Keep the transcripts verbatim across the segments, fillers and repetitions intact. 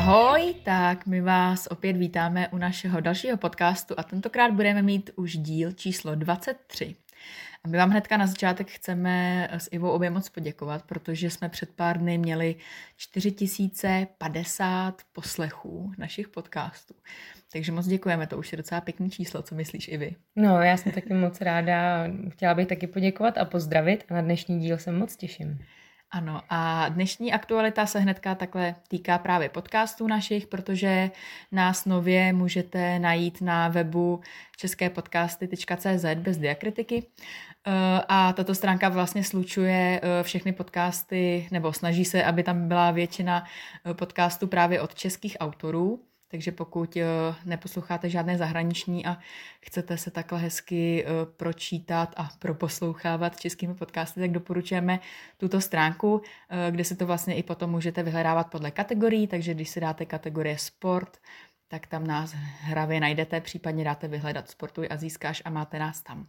Ahoj, tak my vás opět vítáme u našeho dalšího podcastu a tentokrát budeme mít už díl číslo dvacet tři. A my vám hnedka na začátek chceme s Ivou obě moc poděkovat, protože jsme před pár dny měli čtyři tisíce padesát poslechů našich podcastů. Takže moc děkujeme, to už je docela pěkný číslo, co myslíš, Ivy? No, já jsem taky moc ráda, chtěla bych taky poděkovat a pozdravit a na dnešní díl se moc těším. Ano, a dnešní aktualita se hnedka takhle týká právě podcastů našich, protože nás nově můžete najít na webu česképodcasty tečka cé zet bez diakritiky. A tato stránka vlastně slučuje všechny podcasty, nebo snaží se, aby tam byla většina podcastů právě od českých autorů. Takže pokud neposloucháte žádné zahraniční a chcete se takhle hezky pročítat a proposlouchávat českými podcasty, tak doporučujeme tuto stránku, kde si to vlastně i potom můžete vyhledávat podle kategorií, takže když si dáte kategorie sport, tak tam nás hravě najdete, případně dáte vyhledat sportuj a získáš a máte nás tam.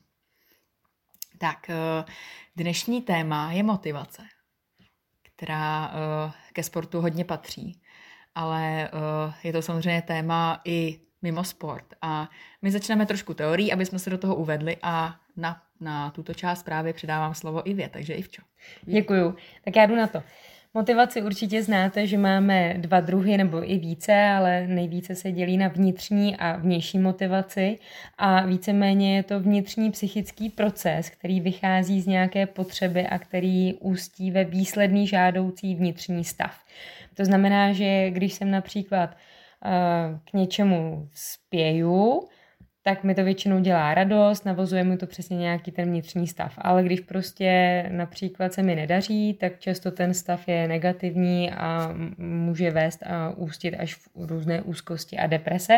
Tak, dnešní téma je motivace, která ke sportu hodně patří. Ale uh, je to samozřejmě téma i mimo sport. A my začneme trošku teorií, aby jsme se do toho uvedli a na, na tuto část právě předávám slovo Ivě, takže Ivčo. Děkuju. Tak já jdu na to. Motivaci určitě znáte, že máme dva druhy nebo i více, ale nejvíce se dělí na vnitřní a vnější motivaci a víceméně je to vnitřní psychický proces, který vychází z nějaké potřeby a který ústí ve výsledný žádoucí vnitřní stav. To znamená, že když jsem například uh, k něčemu spěju, tak mi to většinou dělá radost, navozuje mi to přesně nějaký ten vnitřní stav. Ale když prostě například se mi nedaří, tak často ten stav je negativní a může vést a ústit až v různé úzkosti a deprese.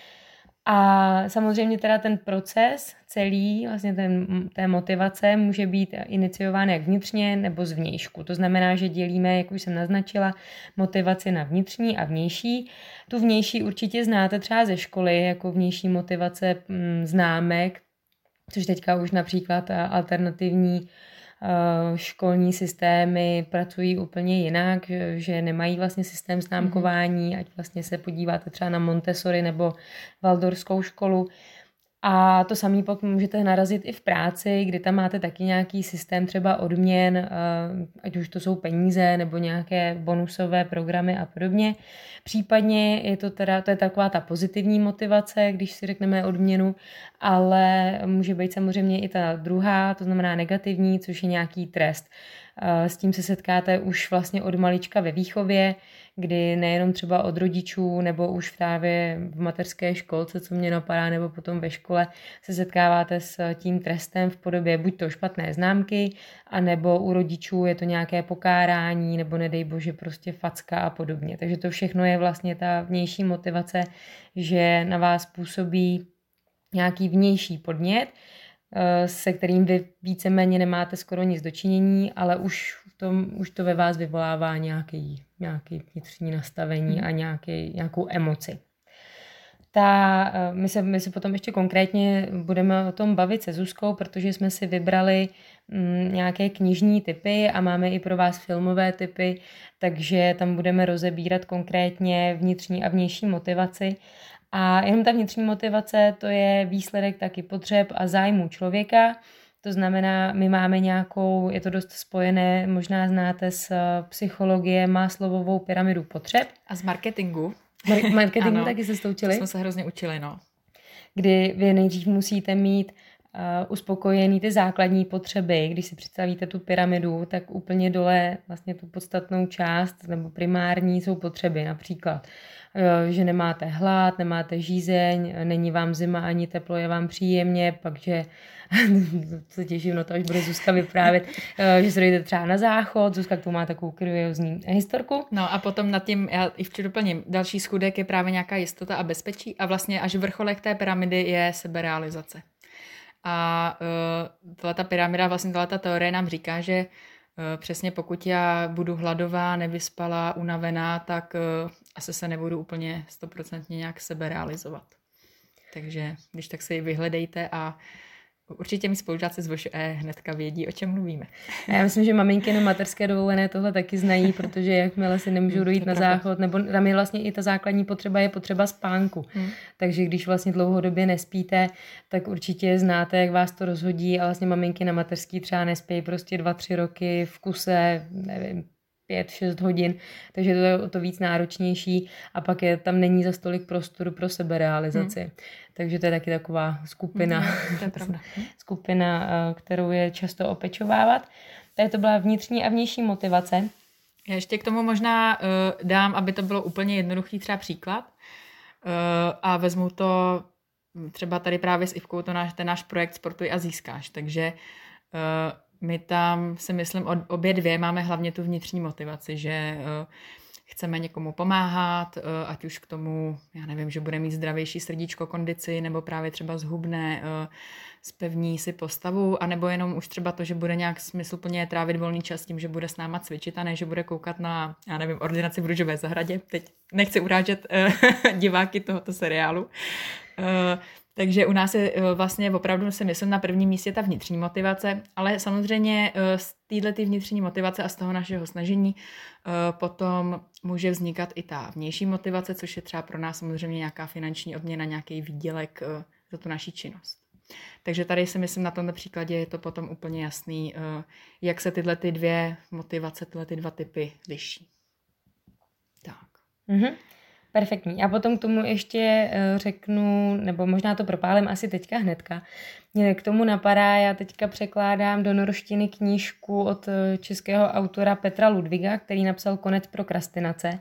A samozřejmě teda ten proces celý, vlastně ten, té motivace může být iniciován jak vnitřně nebo zvnějšku. To znamená, že dělíme, jak už jsem naznačila, motivaci na vnitřní a vnější. Tu vnější určitě znáte třeba ze školy, jako vnější motivace známek, což teďka už například alternativní školní systémy pracují úplně jinak, že nemají vlastně systém známkování, ať vlastně se podíváte třeba na Montessori nebo Waldorskou školu. A to samé pak můžete narazit i v práci, kdy tam máte taky nějaký systém třeba odměn, ať už to jsou peníze nebo nějaké bonusové programy a podobně. Případně je to teda, to je taková ta pozitivní motivace, když si řekneme odměnu, ale může být samozřejmě i ta druhá, to znamená negativní, což je nějaký trest. S tím se setkáte už vlastně od malička ve výchově, kdy nejenom třeba od rodičů nebo už právě v mateřské školce, co mě napadá, nebo potom ve škole se setkáváte s tím trestem v podobě buď to špatné známky, anebo u rodičů je to nějaké pokárání, nebo nedej bože prostě facka a podobně. Takže to všechno je vlastně ta vnější motivace, že na vás působí nějaký vnější podnět, se kterým vy víceméně nemáte skoro nic dočinění, ale už, to, už to ve vás vyvolává nějaký, nějaký vnitřní nastavení a nějaký, nějakou emoci. Ta, my, se, my se potom ještě konkrétně budeme o tom bavit se Zuzkou, protože jsme si vybrali m, nějaké knižní typy a máme i pro vás filmové typy, takže tam budeme rozebírat konkrétně vnitřní a vnější motivaci. A jenom ta vnitřní motivace, to je výsledek taky potřeb a zájmu člověka. To znamená, my máme nějakou, je to dost spojené, možná znáte z psychologie, Maslowovou pyramidu potřeb. A z marketingu. Mar- marketingu taky se to učili? To jsme se hrozně učili, no. Kdy vy nejdřív musíte mít uh, uspokojený ty základní potřeby. Když si představíte tu pyramidu, tak úplně dole vlastně tu podstatnou část nebo primární jsou potřeby, například že nemáte hlad, nemáte žízeň, není vám zima ani teplo, je vám příjemně, pak že se těším na to, až bude Zuzka vyprávět, že se dojdete třeba na záchod, Zuzka k tomu má takovou kuriózní historku. No a potom nad tím, já i včera doplním, další schůdek je právě nějaká jistota a bezpečí a vlastně až vrcholek té pyramidy je seberealizace. A uh, tato pyramida, vlastně tato teorie nám říká, že přesně pokud já budu hladová, nevyspalá, unavená, tak uh, asi se nebudu úplně stoprocentně nějak sebe realizovat. Takže když tak si ji vyhledejte a určitě mi spolužáci z V Š E hnedka vědí, o čem mluvíme. A já myslím, že maminky na mateřské dovolené tohle taky znají, protože jakmile si nemůžou dojít na pravda. záchod, nebo tam je vlastně i ta základní potřeba, je potřeba spánku. Hmm. Takže když vlastně dlouhodobě nespíte, tak určitě znáte, jak vás to rozhodí a vlastně maminky na mateřský třeba nespějí prostě dva, tři roky v kuse, nevím, pět, šest hodin, takže to je o to víc náročnější a pak je, tam není za stolik prostoru pro seberealizaci. Hmm. Takže to je taky taková skupina, hmm, to je pravda. skupina, kterou je často opečovávat. Tady to byla vnitřní a vnější motivace. Já ještě k tomu možná uh, dám, aby to bylo úplně jednoduchý třeba příklad uh, a vezmu to třeba tady právě s Ivkou, to náš, ten náš projekt Sportuj a získáš, takže uh, my tam si myslím obě dvě máme hlavně tu vnitřní motivaci, že uh, chceme někomu pomáhat, uh, ať už k tomu, já nevím, že bude mít zdravější srdíčko, kondici, nebo právě třeba zhubne, uh, zpevní si postavu, anebo jenom už třeba to, že bude nějak smysluplně trávit volný čas tím, že bude s náma cvičit a ne, že bude koukat na, já nevím, ordinaci v Růžové zahradě. Teď nechci urážet uh, diváky tohoto seriálu. Uh, Takže u nás je vlastně opravdu, si myslím, na prvním místě ta vnitřní motivace, ale samozřejmě z této vnitřní motivace a z toho našeho snažení potom může vznikat i ta vnější motivace, což je třeba pro nás samozřejmě nějaká finanční odměna, nějaký výdělek za tu naši činnost. Takže tady si myslím, na tomto příkladě je to potom úplně jasný, jak se tyhle ty dvě motivace, tyhle ty dva typy liší. Tak. Mm-hmm. Perfektní. A potom k tomu ještě řeknu, nebo možná to propálím asi teďka hnedka. Mě k tomu napadá, já teďka překládám do norštiny knížku od českého autora Petra Ludviga, který napsal Konec prokrastinace.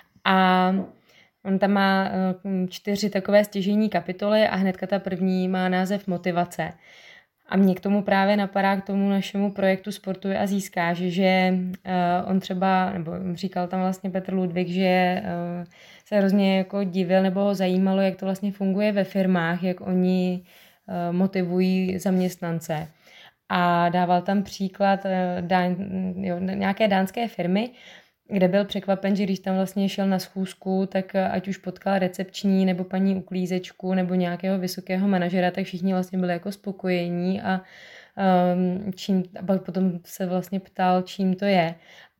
A on tam má čtyři takové stěžejní kapitoly a hnedka ta první má název Motivace. A mě k tomu právě napadá k tomu našemu projektu Sportuj a získáš, že uh, on třeba, nebo říkal tam vlastně Petr Ludvík, že uh, se hrozně jako divil nebo ho zajímalo, jak to vlastně funguje ve firmách, jak oni uh, motivují zaměstnance. A dával tam příklad uh, dán, jo, nějaké dánské firmy, kde byl překvapen, že když tam vlastně šel na schůzku, tak ať už potkal recepční nebo paní uklízečku nebo nějakého vysokého manažera, tak všichni vlastně byli jako spokojení a, um, čím, a pak potom se vlastně ptal, čím to je.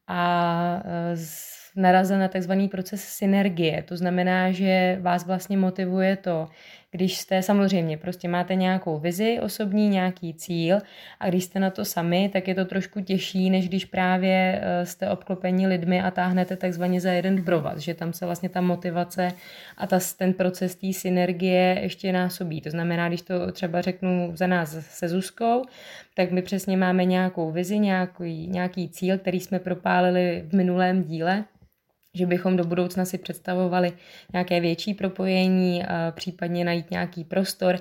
A uh, narazil na takzvaný proces synergie. To znamená, že vás vlastně motivuje to, když jste samozřejmě prostě máte nějakou vizi osobní, nějaký cíl a když jste na to sami, tak je to trošku těžší, než když právě jste obklopeni lidmi a táhnete takzvaně za jeden provaz, že tam se vlastně ta motivace a ta, ten proces té synergie ještě násobí. To znamená, když to třeba řeknu za nás se Zuzkou, tak my přesně máme nějakou vizi, nějaký, nějaký cíl, který jsme propálili v minulém díle, že bychom do budoucna si představovali nějaké větší propojení, případně najít nějaký prostor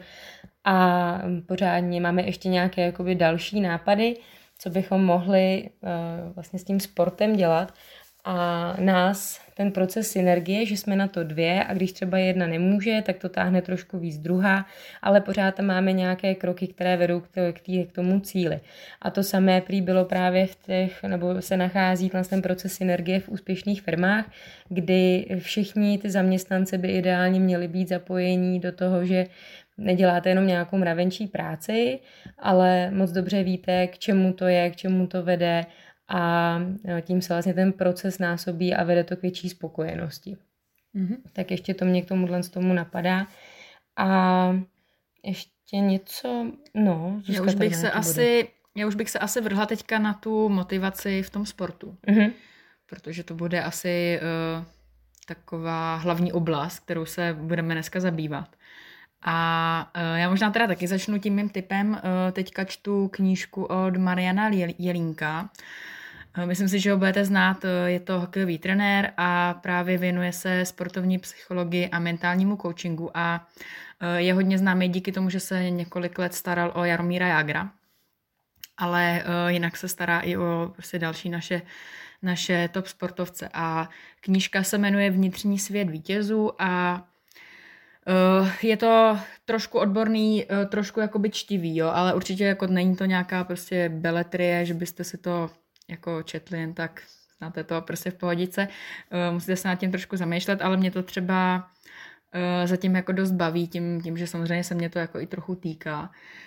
a pořádně máme ještě nějaké jakoby další nápady, co bychom mohli vlastně s tím sportem dělat a nás ten proces synergie, že jsme na to dvě a když třeba jedna nemůže, tak to táhne trošku víc druhá, ale pořád tam máme nějaké kroky, které vedou k, k, tý, k tomu cíli. A to samé prý bylo právě v těch, nebo se nachází ten proces synergie v úspěšných firmách, kdy všichni ty zaměstnanci by ideálně měli být zapojení do toho, že neděláte jenom nějakou mravenčí práci, ale moc dobře víte, k čemu to je, k čemu to vede a tím se vlastně ten proces násobí a vede to k větší spokojenosti. Mm-hmm. Tak ještě to mě k tomuhle z tomu napadá. A ještě něco, no... Já už, bych se asi, já už bych se asi vrhla teďka na tu motivaci v tom sportu. Mm-hmm. Protože to bude asi uh, taková hlavní oblast, kterou se budeme dneska zabývat. A uh, já možná teda taky začnu tím mým tipem. Uh, teďka čtu knížku od Mariana Jelínka. Uh, myslím si, že ho budete znát. Uh, je to hokejový trenér a právě věnuje se sportovní psychologii a mentálnímu coachingu a uh, je hodně známý díky tomu, že se několik let staral o Jaromíra Jágra. Ale uh, jinak se stará i o prostě další naše, naše top sportovce. A knížka se jmenuje Vnitřní svět vítězů a Uh, je to trošku odborný, uh, trošku jakoby čtivý, jo, ale určitě jako není to nějaká prostě beletrie, že byste si to jako četli jen tak, znáte to prostě v pohodice. Uh, musíte se nad tím trošku zamýšlet, ale mě to třeba uh, zatím jako dost baví tím, tím, že samozřejmě se mě to jako i trochu týká.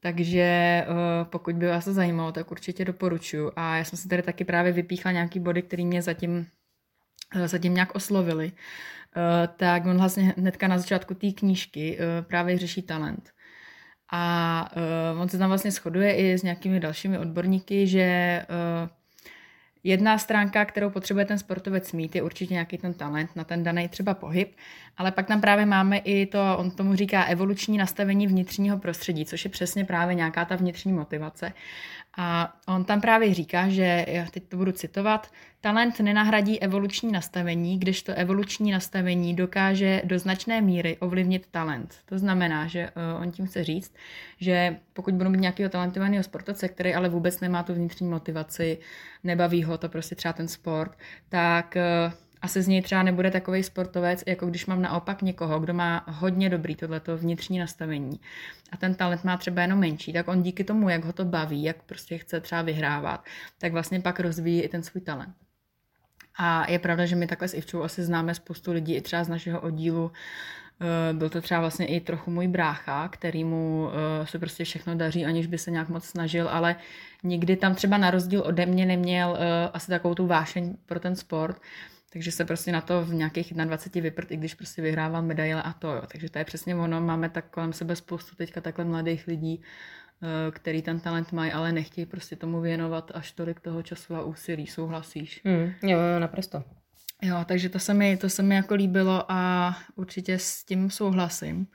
takže pokud by vás to zajímalo, tak určitě doporučuji. A já jsem si tady taky právě vypíchla nějaký body, které mě zatím, zatím nějak oslovily. Tak on vlastně hnedka na začátku té knížky právě řeší talent. A on se tam vlastně shoduje i s nějakými dalšími odborníky, že jedna stránka, kterou potřebuje ten sportovec mít, je určitě nějaký ten talent na ten daný třeba pohyb, ale pak tam právě máme i to, on tomu říká evoluční nastavení vnitřního prostředí, což je přesně právě nějaká ta vnitřní motivace. A on tam právě říká, že, já teď to budu citovat, talent nenahradí evoluční nastavení, kdežto evoluční nastavení dokáže do značné míry ovlivnit talent. To znamená, že uh, on tím chce říct, že pokud budu mít nějakého talentovaného sportovce, který ale vůbec nemá tu vnitřní motivaci, nebaví ho to prostě třeba ten sport, tak uh, asi z něj třeba nebude takovej sportovec, jako když mám naopak někoho, kdo má hodně dobrý tohleto vnitřní nastavení a ten talent má třeba jenom menší, tak on díky tomu, jak ho to baví, jak prostě chce třeba vyhrávat, tak vlastně pak rozvíjí i ten svůj talent. A je pravda, že my takhle s Ivčou asi známe spoustu lidí i třeba z našeho oddílu. Byl to třeba vlastně i trochu můj brácha, kterýmu se prostě všechno daří, aniž by se nějak moc snažil, ale nikdy tam třeba na rozdíl ode mě neměl asi takovou tu vášeň pro ten sport. Takže se prostě na to v nějakých dvaceti jedna vyprt, i když prostě vyhrával medaile a to jo. Takže to je přesně ono, máme tak kolem sebe spoustu teďka takhle mladých lidí, který ten talent mají, ale nechtějí prostě tomu věnovat až tolik toho času a úsilí. Souhlasíš? Mm, jo, naprosto. Jo, takže to se mi, to se mi jako líbilo a určitě s tím souhlasím.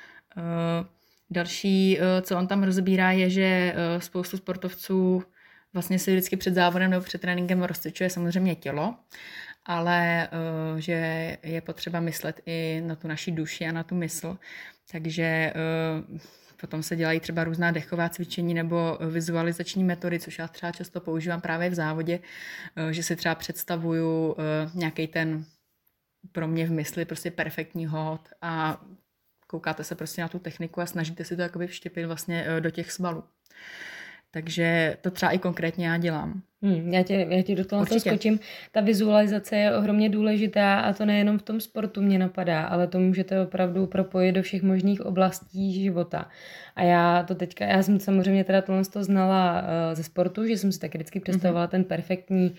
Další, co on tam rozbírá, je, že spoustu sportovců vlastně si vždycky před závodem nebo před tréninkem rozcvičuje samozřejmě tělo, ale uh, že je potřeba myslet i na tu naši duši a na tu mysl. Takže uh, potom se dělají třeba různá dechová cvičení nebo vizualizační metody, což já třeba často používám právě v závodě, uh, že si třeba představuju uh, nějaký ten pro mě v mysli prostě perfektní hod a koukáte se prostě na tu techniku a snažíte si to jakoby vštěpit vlastně uh, do těch svalů. Takže to třeba i konkrétně já dělám. Hmm, já tě, já tě do toho skočím. Ta vizualizace je ohromně důležitá a to nejenom v tom sportu mě napadá, ale to můžete opravdu propojit do všech možných oblastí života. A já to teďka, já jsem samozřejmě teda tohle to znala uh, ze sportu, že jsem si taky vždycky představovala mm-hmm. ten perfektní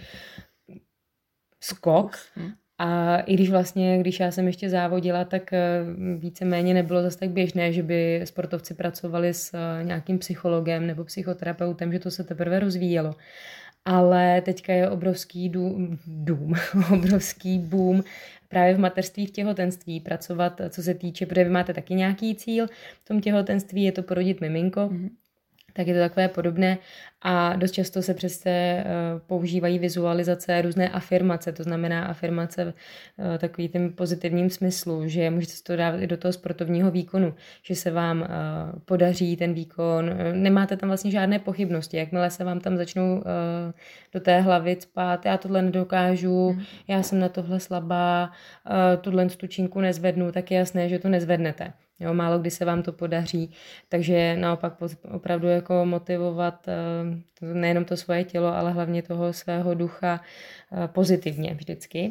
skok. Mm. A i když vlastně, když já jsem ještě závodila, tak víceméně nebylo zase tak běžné, že by sportovci pracovali s nějakým psychologem nebo psychoterapeutem, že to se teprve rozvíjelo. Ale teďka je obrovský dům, dům obrovský boom právě v mateřství, v těhotenství pracovat, co se týče, protože vy máte taky nějaký cíl v tom těhotenství, je to porodit miminko, mm-hmm. tak je to takové podobné a dost často se přece uh, používají vizualizace, různé afirmace, to znamená afirmace v uh, takovým tím pozitivním smyslu, že můžete to dát i do toho sportovního výkonu, že se vám uh, podaří ten výkon, uh, nemáte tam vlastně žádné pochybnosti, jakmile se vám tam začnou uh, do té hlavy cpát, já tohle nedokážu, mm. já jsem na tohle slabá, uh, tuhle tučinku nezvednu, tak je jasné, že to nezvednete. Jo, málo kdy se vám to podaří, takže naopak opravdu jako motivovat nejenom to svoje tělo, ale hlavně toho svého ducha pozitivně vždycky.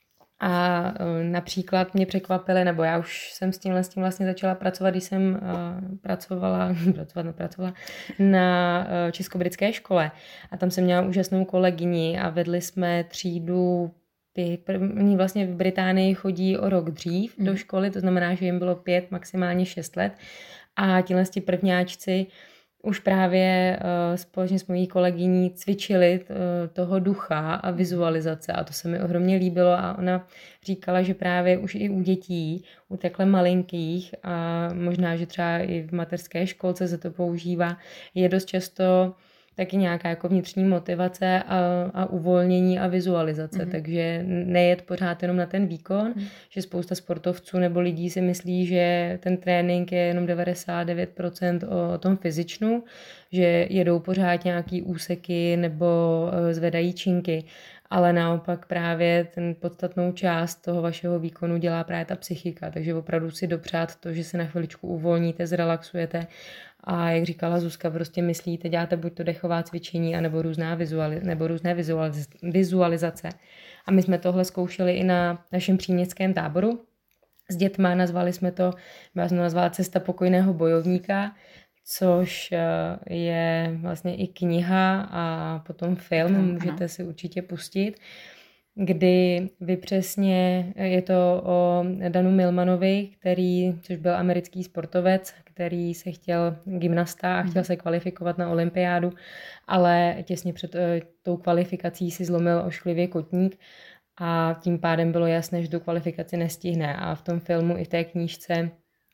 A například mě překvapily, nebo já už jsem s tímhle s tím vlastně začala pracovat, když jsem pracovala, pracovat nepracovala na českobritské škole. A tam jsem měla úžasnou kolegyni a vedli jsme třídu. První vlastně v Británii chodí o rok dřív do školy, to znamená, že jim bylo pět, maximálně šest let a tihle prvňáčci už právě uh, společně s mojí kolegyní cvičili uh, toho ducha a vizualizace a to se mi ohromně líbilo a ona říkala, že právě už i u dětí, u takhle malinkých a možná, že třeba i v mateřské školce se to používá, je dost často taky nějaká jako vnitřní motivace a, a uvolnění a vizualizace, mm-hmm. takže nejet pořád jenom na ten výkon, mm. že spousta sportovců nebo lidí si myslí, že ten trénink je jenom devadesát devět procent o, o tom fyzičnu, že jedou pořád nějaký úseky nebo zvedají činky, ale naopak právě ten podstatnou část toho vašeho výkonu dělá právě ta psychika, takže opravdu si dopřát to, že se na chviličku uvolníte, zrelaxujete a jak říkala Zuzka, prostě myslíte, děláte buď to dechová cvičení, anebo různá vizuali, nebo různé vizualiz, vizualizace. A my jsme tohle zkoušeli i na našem příměstském táboru s dětma, nazvali jsme to, já jsem to nazvala Cesta pokojného bojovníka, což je vlastně i kniha a potom film, Film, můžete ano. si určitě pustit, kdy vy přesně, je to o Danu Millmanovi, který, což byl americký sportovec, který se chtěl gymnasta a chtěl se kvalifikovat na olympiádu, ale těsně před tou kvalifikací si zlomil ošklivě kotník a tím pádem bylo jasné, že tu kvalifikaci nestihne. A v tom filmu i v té knížce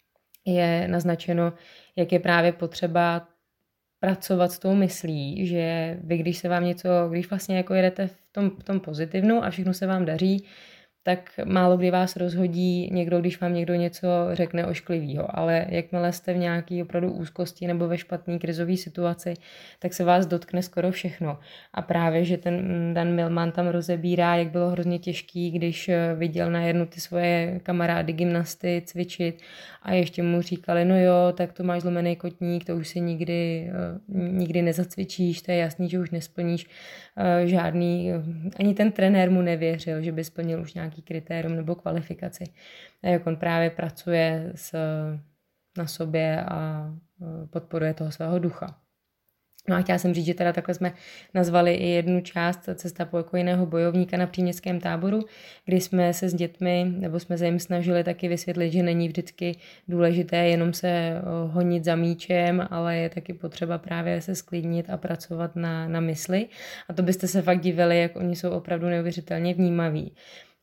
je naznačeno, jak je právě potřeba pracovat s tou myslí, že vy, když se vám něco, když vlastně jako jedete v tom, v tom pozitivnu a všechno se vám daří, tak málo kdy vás rozhodí někdo, když vám někdo něco řekne ošklivýho, ale jakmile jste v nějaký opravdu úzkosti nebo ve špatné krizové situaci, tak se vás dotkne skoro všechno. A právě, že ten Dan Millman tam rozebírá, jak bylo hrozně těžký, když viděl najednou ty svoje kamarády gymnasty cvičit a ještě mu říkali, no jo, tak to máš zlomený kotník, to už si nikdy, nikdy nezacvičíš, to je jasný, že už nesplníš žádný, ani ten trenér mu nevěřil, že by splnil už nějaký kritérium nebo kvalifikaci. A jak on právě pracuje s, na sobě a podporuje toho svého ducha. No a chtěla jsem říct, že teda takhle jsme nazvali i jednu část Cesta pokojného bojovníka na příměstském táboru, kdy jsme se s dětmi, nebo jsme se jim snažili taky vysvětlit, že není vždycky důležité jenom se honit za míčem, ale je taky potřeba právě se sklidnit a pracovat na, na mysli. A to byste se fakt divili, jak oni jsou opravdu neuvěřitelně vnímaví.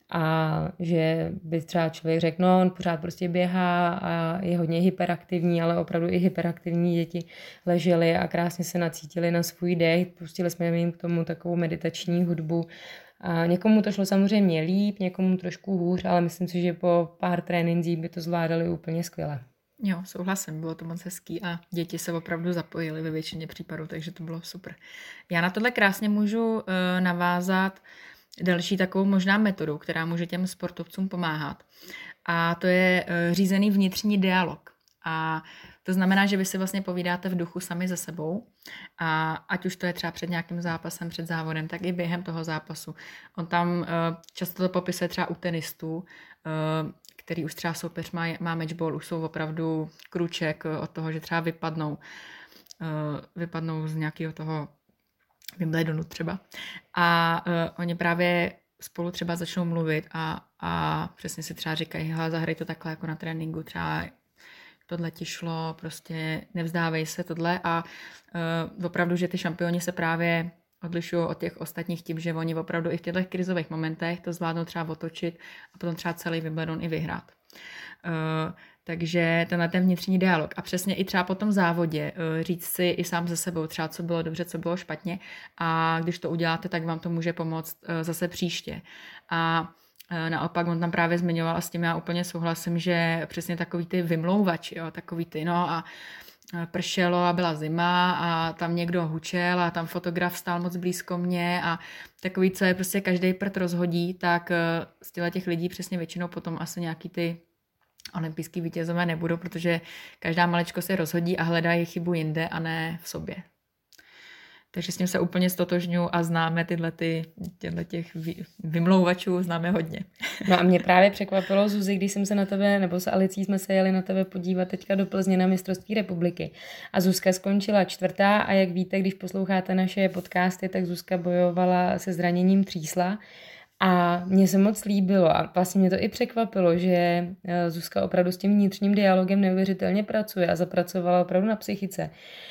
A že by třeba člověk řekl, no on pořád prostě běhá a je hodně hyperaktivní, ale opravdu i hyperaktivní děti ležely a krásně se nacítili na svůj dech, pustili jsme jim k tomu takovou meditační hudbu. A někomu to šlo samozřejmě líp, někomu trošku hůř, ale myslím si, že po pár trénincích by to zvládali úplně skvěle. Jo, souhlasím, bylo to moc hezký a děti se opravdu zapojily ve většině případů, takže to bylo super. Já na tohle krásně můžu uh, navázat další takovou možná metodu, která může těm sportovcům pomáhat. A to je uh, řízený vnitřní dialog. A to znamená, že vy si vlastně povídáte v duchu sami ze sebou a ať už to je třeba před nějakým zápasem, před závodem, tak i během toho zápasu. On tam uh, často to popisuje třeba u tenistů, uh, který už třeba soupeř má, má matchball, už jsou opravdu kruček od toho, že třeba vypadnou, uh, vypadnou z nějakého toho Wimbledonu třeba. A uh, oni právě spolu třeba začnou mluvit a, a přesně si třeba říkají, hele, zahraj to takhle jako na tréninku, třeba tohle ti šlo, prostě nevzdávej se tohle a uh, opravdu, že ty šampioni se právě odlišují od těch ostatních tím, že oni opravdu i v těchto krizových momentech to zvládnou třeba otočit a potom třeba celý Wimbledon i vyhrát. Uh, takže tenhle ten vnitřní dialog a přesně i třeba po tom závodě uh, říct si i sám ze sebou třeba, co bylo dobře, co bylo špatně a když to uděláte, tak vám to může pomoct uh, zase příště. A uh, naopak on tam právě zmiňoval a s tím já úplně souhlasím, že přesně takový ty vymlouvači, jo, takový ty, no a pršelo a byla zima a tam někdo hučel a tam fotograf stál moc blízko mě a takový, co je prostě každý prd rozhodí, tak z těch lidí přesně většinou potom asi nějaký ty olympijský vítězové nebudou, protože každá maličko se rozhodí a hledají chybu jinde a ne v sobě. Takže s tím se úplně stotožňuji a známe tyhle ty, těchto těch vymlouvačů, známe hodně. No a mě právě překvapilo, Zuzi, když jsem se na tebe, nebo s Alicí jsme se jeli na tebe podívat teďka do Plzně na mistrovství republiky. A Zuzka skončila čtvrtá a jak víte, když posloucháte naše podcasty, tak Zuzka bojovala se zraněním třísla. A mně se moc líbilo a vlastně mě to i překvapilo, že Zuzka opravdu s tím vnitřním dialogem neuvěřitelně pracuje a zapracovala opravdu na psychice.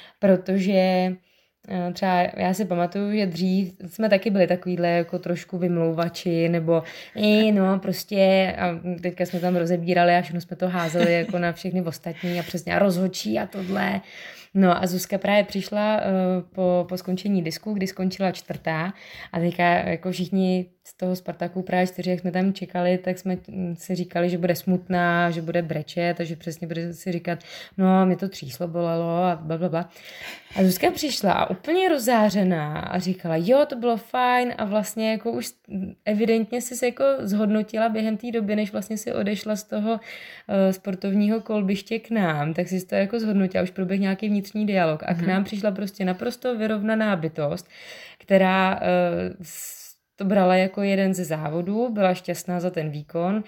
Protože třeba já si pamatuju, že dřív jsme taky byli takovýhle jako trošku vymlouvači, nebo i no prostě a teďka jsme tam rozebírali a všechno jsme to házeli jako na všechny ostatní a přesně a rozhodčí a tohle. No a Zuzka právě přišla uh, po, po skončení disku, kdy skončila čtvrtá a teďka jako všichni z toho Spartaku právě čtyři, jak jsme tam čekali, tak jsme si říkali, že bude smutná, že bude brečet, takže přesně bude si říkat, no mě to tříslo bolelo a blablabla. A Zuzka přišla a úplně rozářená a říkala, jo, to bylo fajn a vlastně jako už evidentně si se jako zhodnotila během té doby, než vlastně si odešla z toho uh, sportovního kolbiště k nám, tak si to jako zhodnotila, už proběh nějaký vnitřní dialog a k nám přišla prostě naprosto vyrovnaná bytost, která uh, to brala jako jeden ze závodů, byla šťastná za ten výkon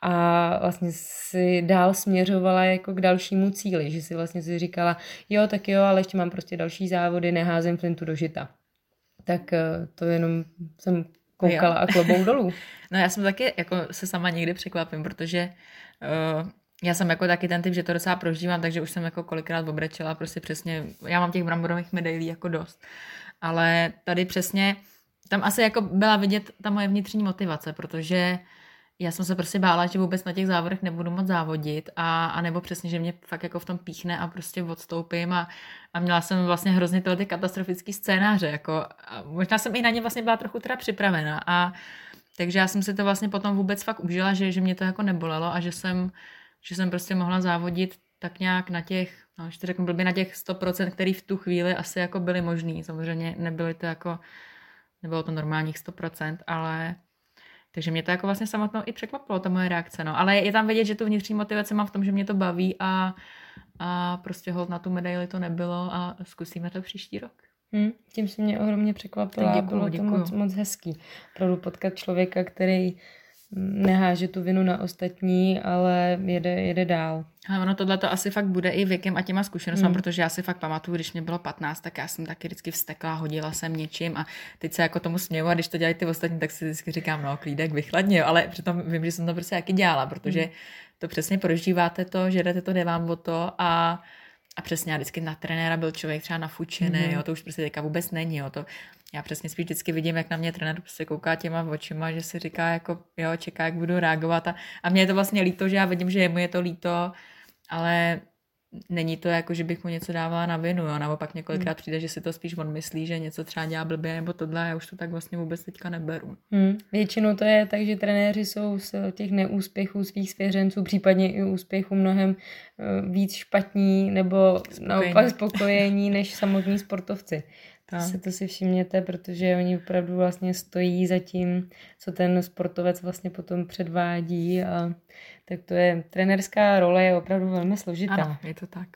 a vlastně si dál směřovala jako k dalšímu cíli, že si vlastně si říkala, jo, tak jo, ale ještě mám prostě další závody, neházím flintu do žita. Tak to jenom jsem koukala jo. a klobouk dolů. No já jsem taky jako se sama někdy překvapím, protože uh, já jsem jako taky ten typ, že to docela prožívám, takže už jsem jako kolikrát obrečela, prostě přesně, já mám těch bramborových medailí jako dost. Ale tady přesně, tam asi jako byla vidět ta moje vnitřní motivace, protože já jsem se prostě bála, že vůbec na těch závodech nebudu moc závodit a, a nebo přesně, že mě fakt jako v tom píchne a prostě odstoupím a, a měla jsem vlastně hrozně tyhle ty katastrofický scénáře, jako a možná jsem i na ně vlastně byla trochu teda připravena a takže já jsem si to vlastně potom vůbec fakt užila, že, že mě to jako nebolelo a že jsem, že jsem prostě mohla závodit tak nějak na těch, no, ještě řeknu blbě, na těch sto procent, který v tu chvíli asi jako byly možný. Samozřejmě nebyly to jako, nebylo to normálních sto procent, ale takže mě to jako vlastně samotnou i překvapilo, ta moje reakce, no. Ale je tam vidět, že tu vnitřní motivaci mám v tom, že mě to baví a, a prostě hold na tu medaili to nebylo a zkusíme to příští rok. Hmm, tím si mě ohromně překvapila a bylo to moc, moc hezký. Opravdu potkat člověka, který neháže tu vinu na ostatní, ale jede, jede dál. Ale ono tohle to asi fakt bude i věkem a těma zkušenostmi, hmm. protože já si fakt pamatuju, když mě bylo patnáct, tak já jsem taky vždycky vstekla, hodila jsem něčím a teď se jako tomu směju a když to dělají ty ostatní, tak si vždycky říkám, no klídek, vychladně, ale přitom vím, že jsem to prostě taky dělala, protože hmm. to přesně prožíváte to, že jdete to, jde vám o to a A přesně, já vždycky na trenéra byl člověk třeba nafučený, mm-hmm. jo, to už prostě teďka vůbec není, jo, to já přesně spíš vždycky vidím, jak na mě trenér prostě kouká těma očima, že si říká, jako, jo, čeká, jak budu reagovat a, a mně je to vlastně líto, že já vidím, že jemu je to líto, ale není to jako, že bych mu něco dávala na vinu, jo, naopak několikrát přijde, že si to spíš on myslí, že něco třeba dělá blbě nebo tohle, já už to tak vlastně vůbec teďka neberu. Hmm. Většinou to je tak, že trenéři jsou z těch neúspěchů svých svěřenců, případně i úspěchů mnohem víc špatní nebo spokojení. naopak spokojení než samotní sportovci. To si, to si všimněte, protože oni opravdu vlastně stojí za tím, co ten sportovec vlastně potom předvádí a tak to je, trenérská role je opravdu velmi složitá. Ano, je to tak.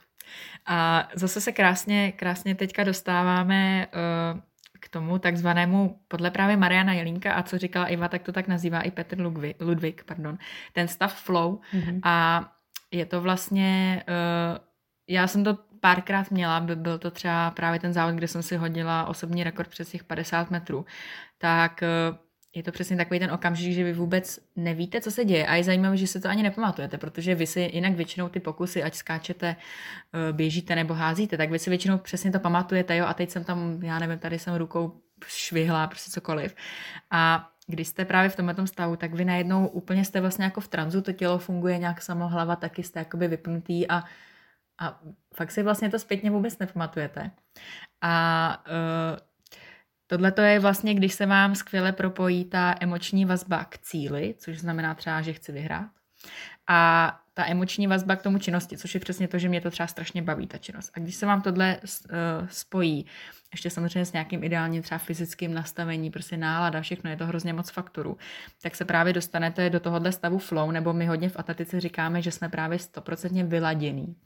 A zase se krásně, krásně teďka dostáváme uh, k tomu takzvanému, podle právě Mariana Jelínka a co říkala Iva, tak to tak nazývá i Petr Ludvík, Ludvík pardon, ten stav flow mm-hmm. a je to vlastně, uh, já jsem to párkrát měla, by byl to třeba právě ten závod, kde jsem si hodila osobní rekord přes těch padesát metrů, tak je to přesně takový ten okamžik, že vy vůbec nevíte, co se děje a je zajímavé, že se to ani nepamatujete, protože vy si jinak většinou ty pokusy, ať skáčete, běžíte nebo házíte, tak vy si většinou přesně to pamatujete, jo, a teď jsem tam, já nevím, tady jsem rukou švihla, prostě cokoliv. A když jste právě v tomhle stavu, tak vy najednou úplně jste vlastně jako v tranzu, to tělo funguje nějak samo, hlava taky jste jakoby vypnutý a A fakt si vlastně to zpětně vůbec nepamatujete. A uh, tohle to je vlastně, když se vám skvěle propojí ta emoční vazba k cíli, což znamená třeba, že chci vyhrát. A ta emoční vazba k tomu činnosti, což je přesně to, že mě to třeba strašně baví, ta činnost. A když se vám tohle uh, spojí, ještě samozřejmě s nějakým ideálním třeba fyzickým nastavení, prostě nálada, všechno, je to hrozně moc faktorů, tak se právě dostanete do tohohle stavu flow, nebo my hodně v atletice říkáme, že jsme právě stoprocentně vyladění.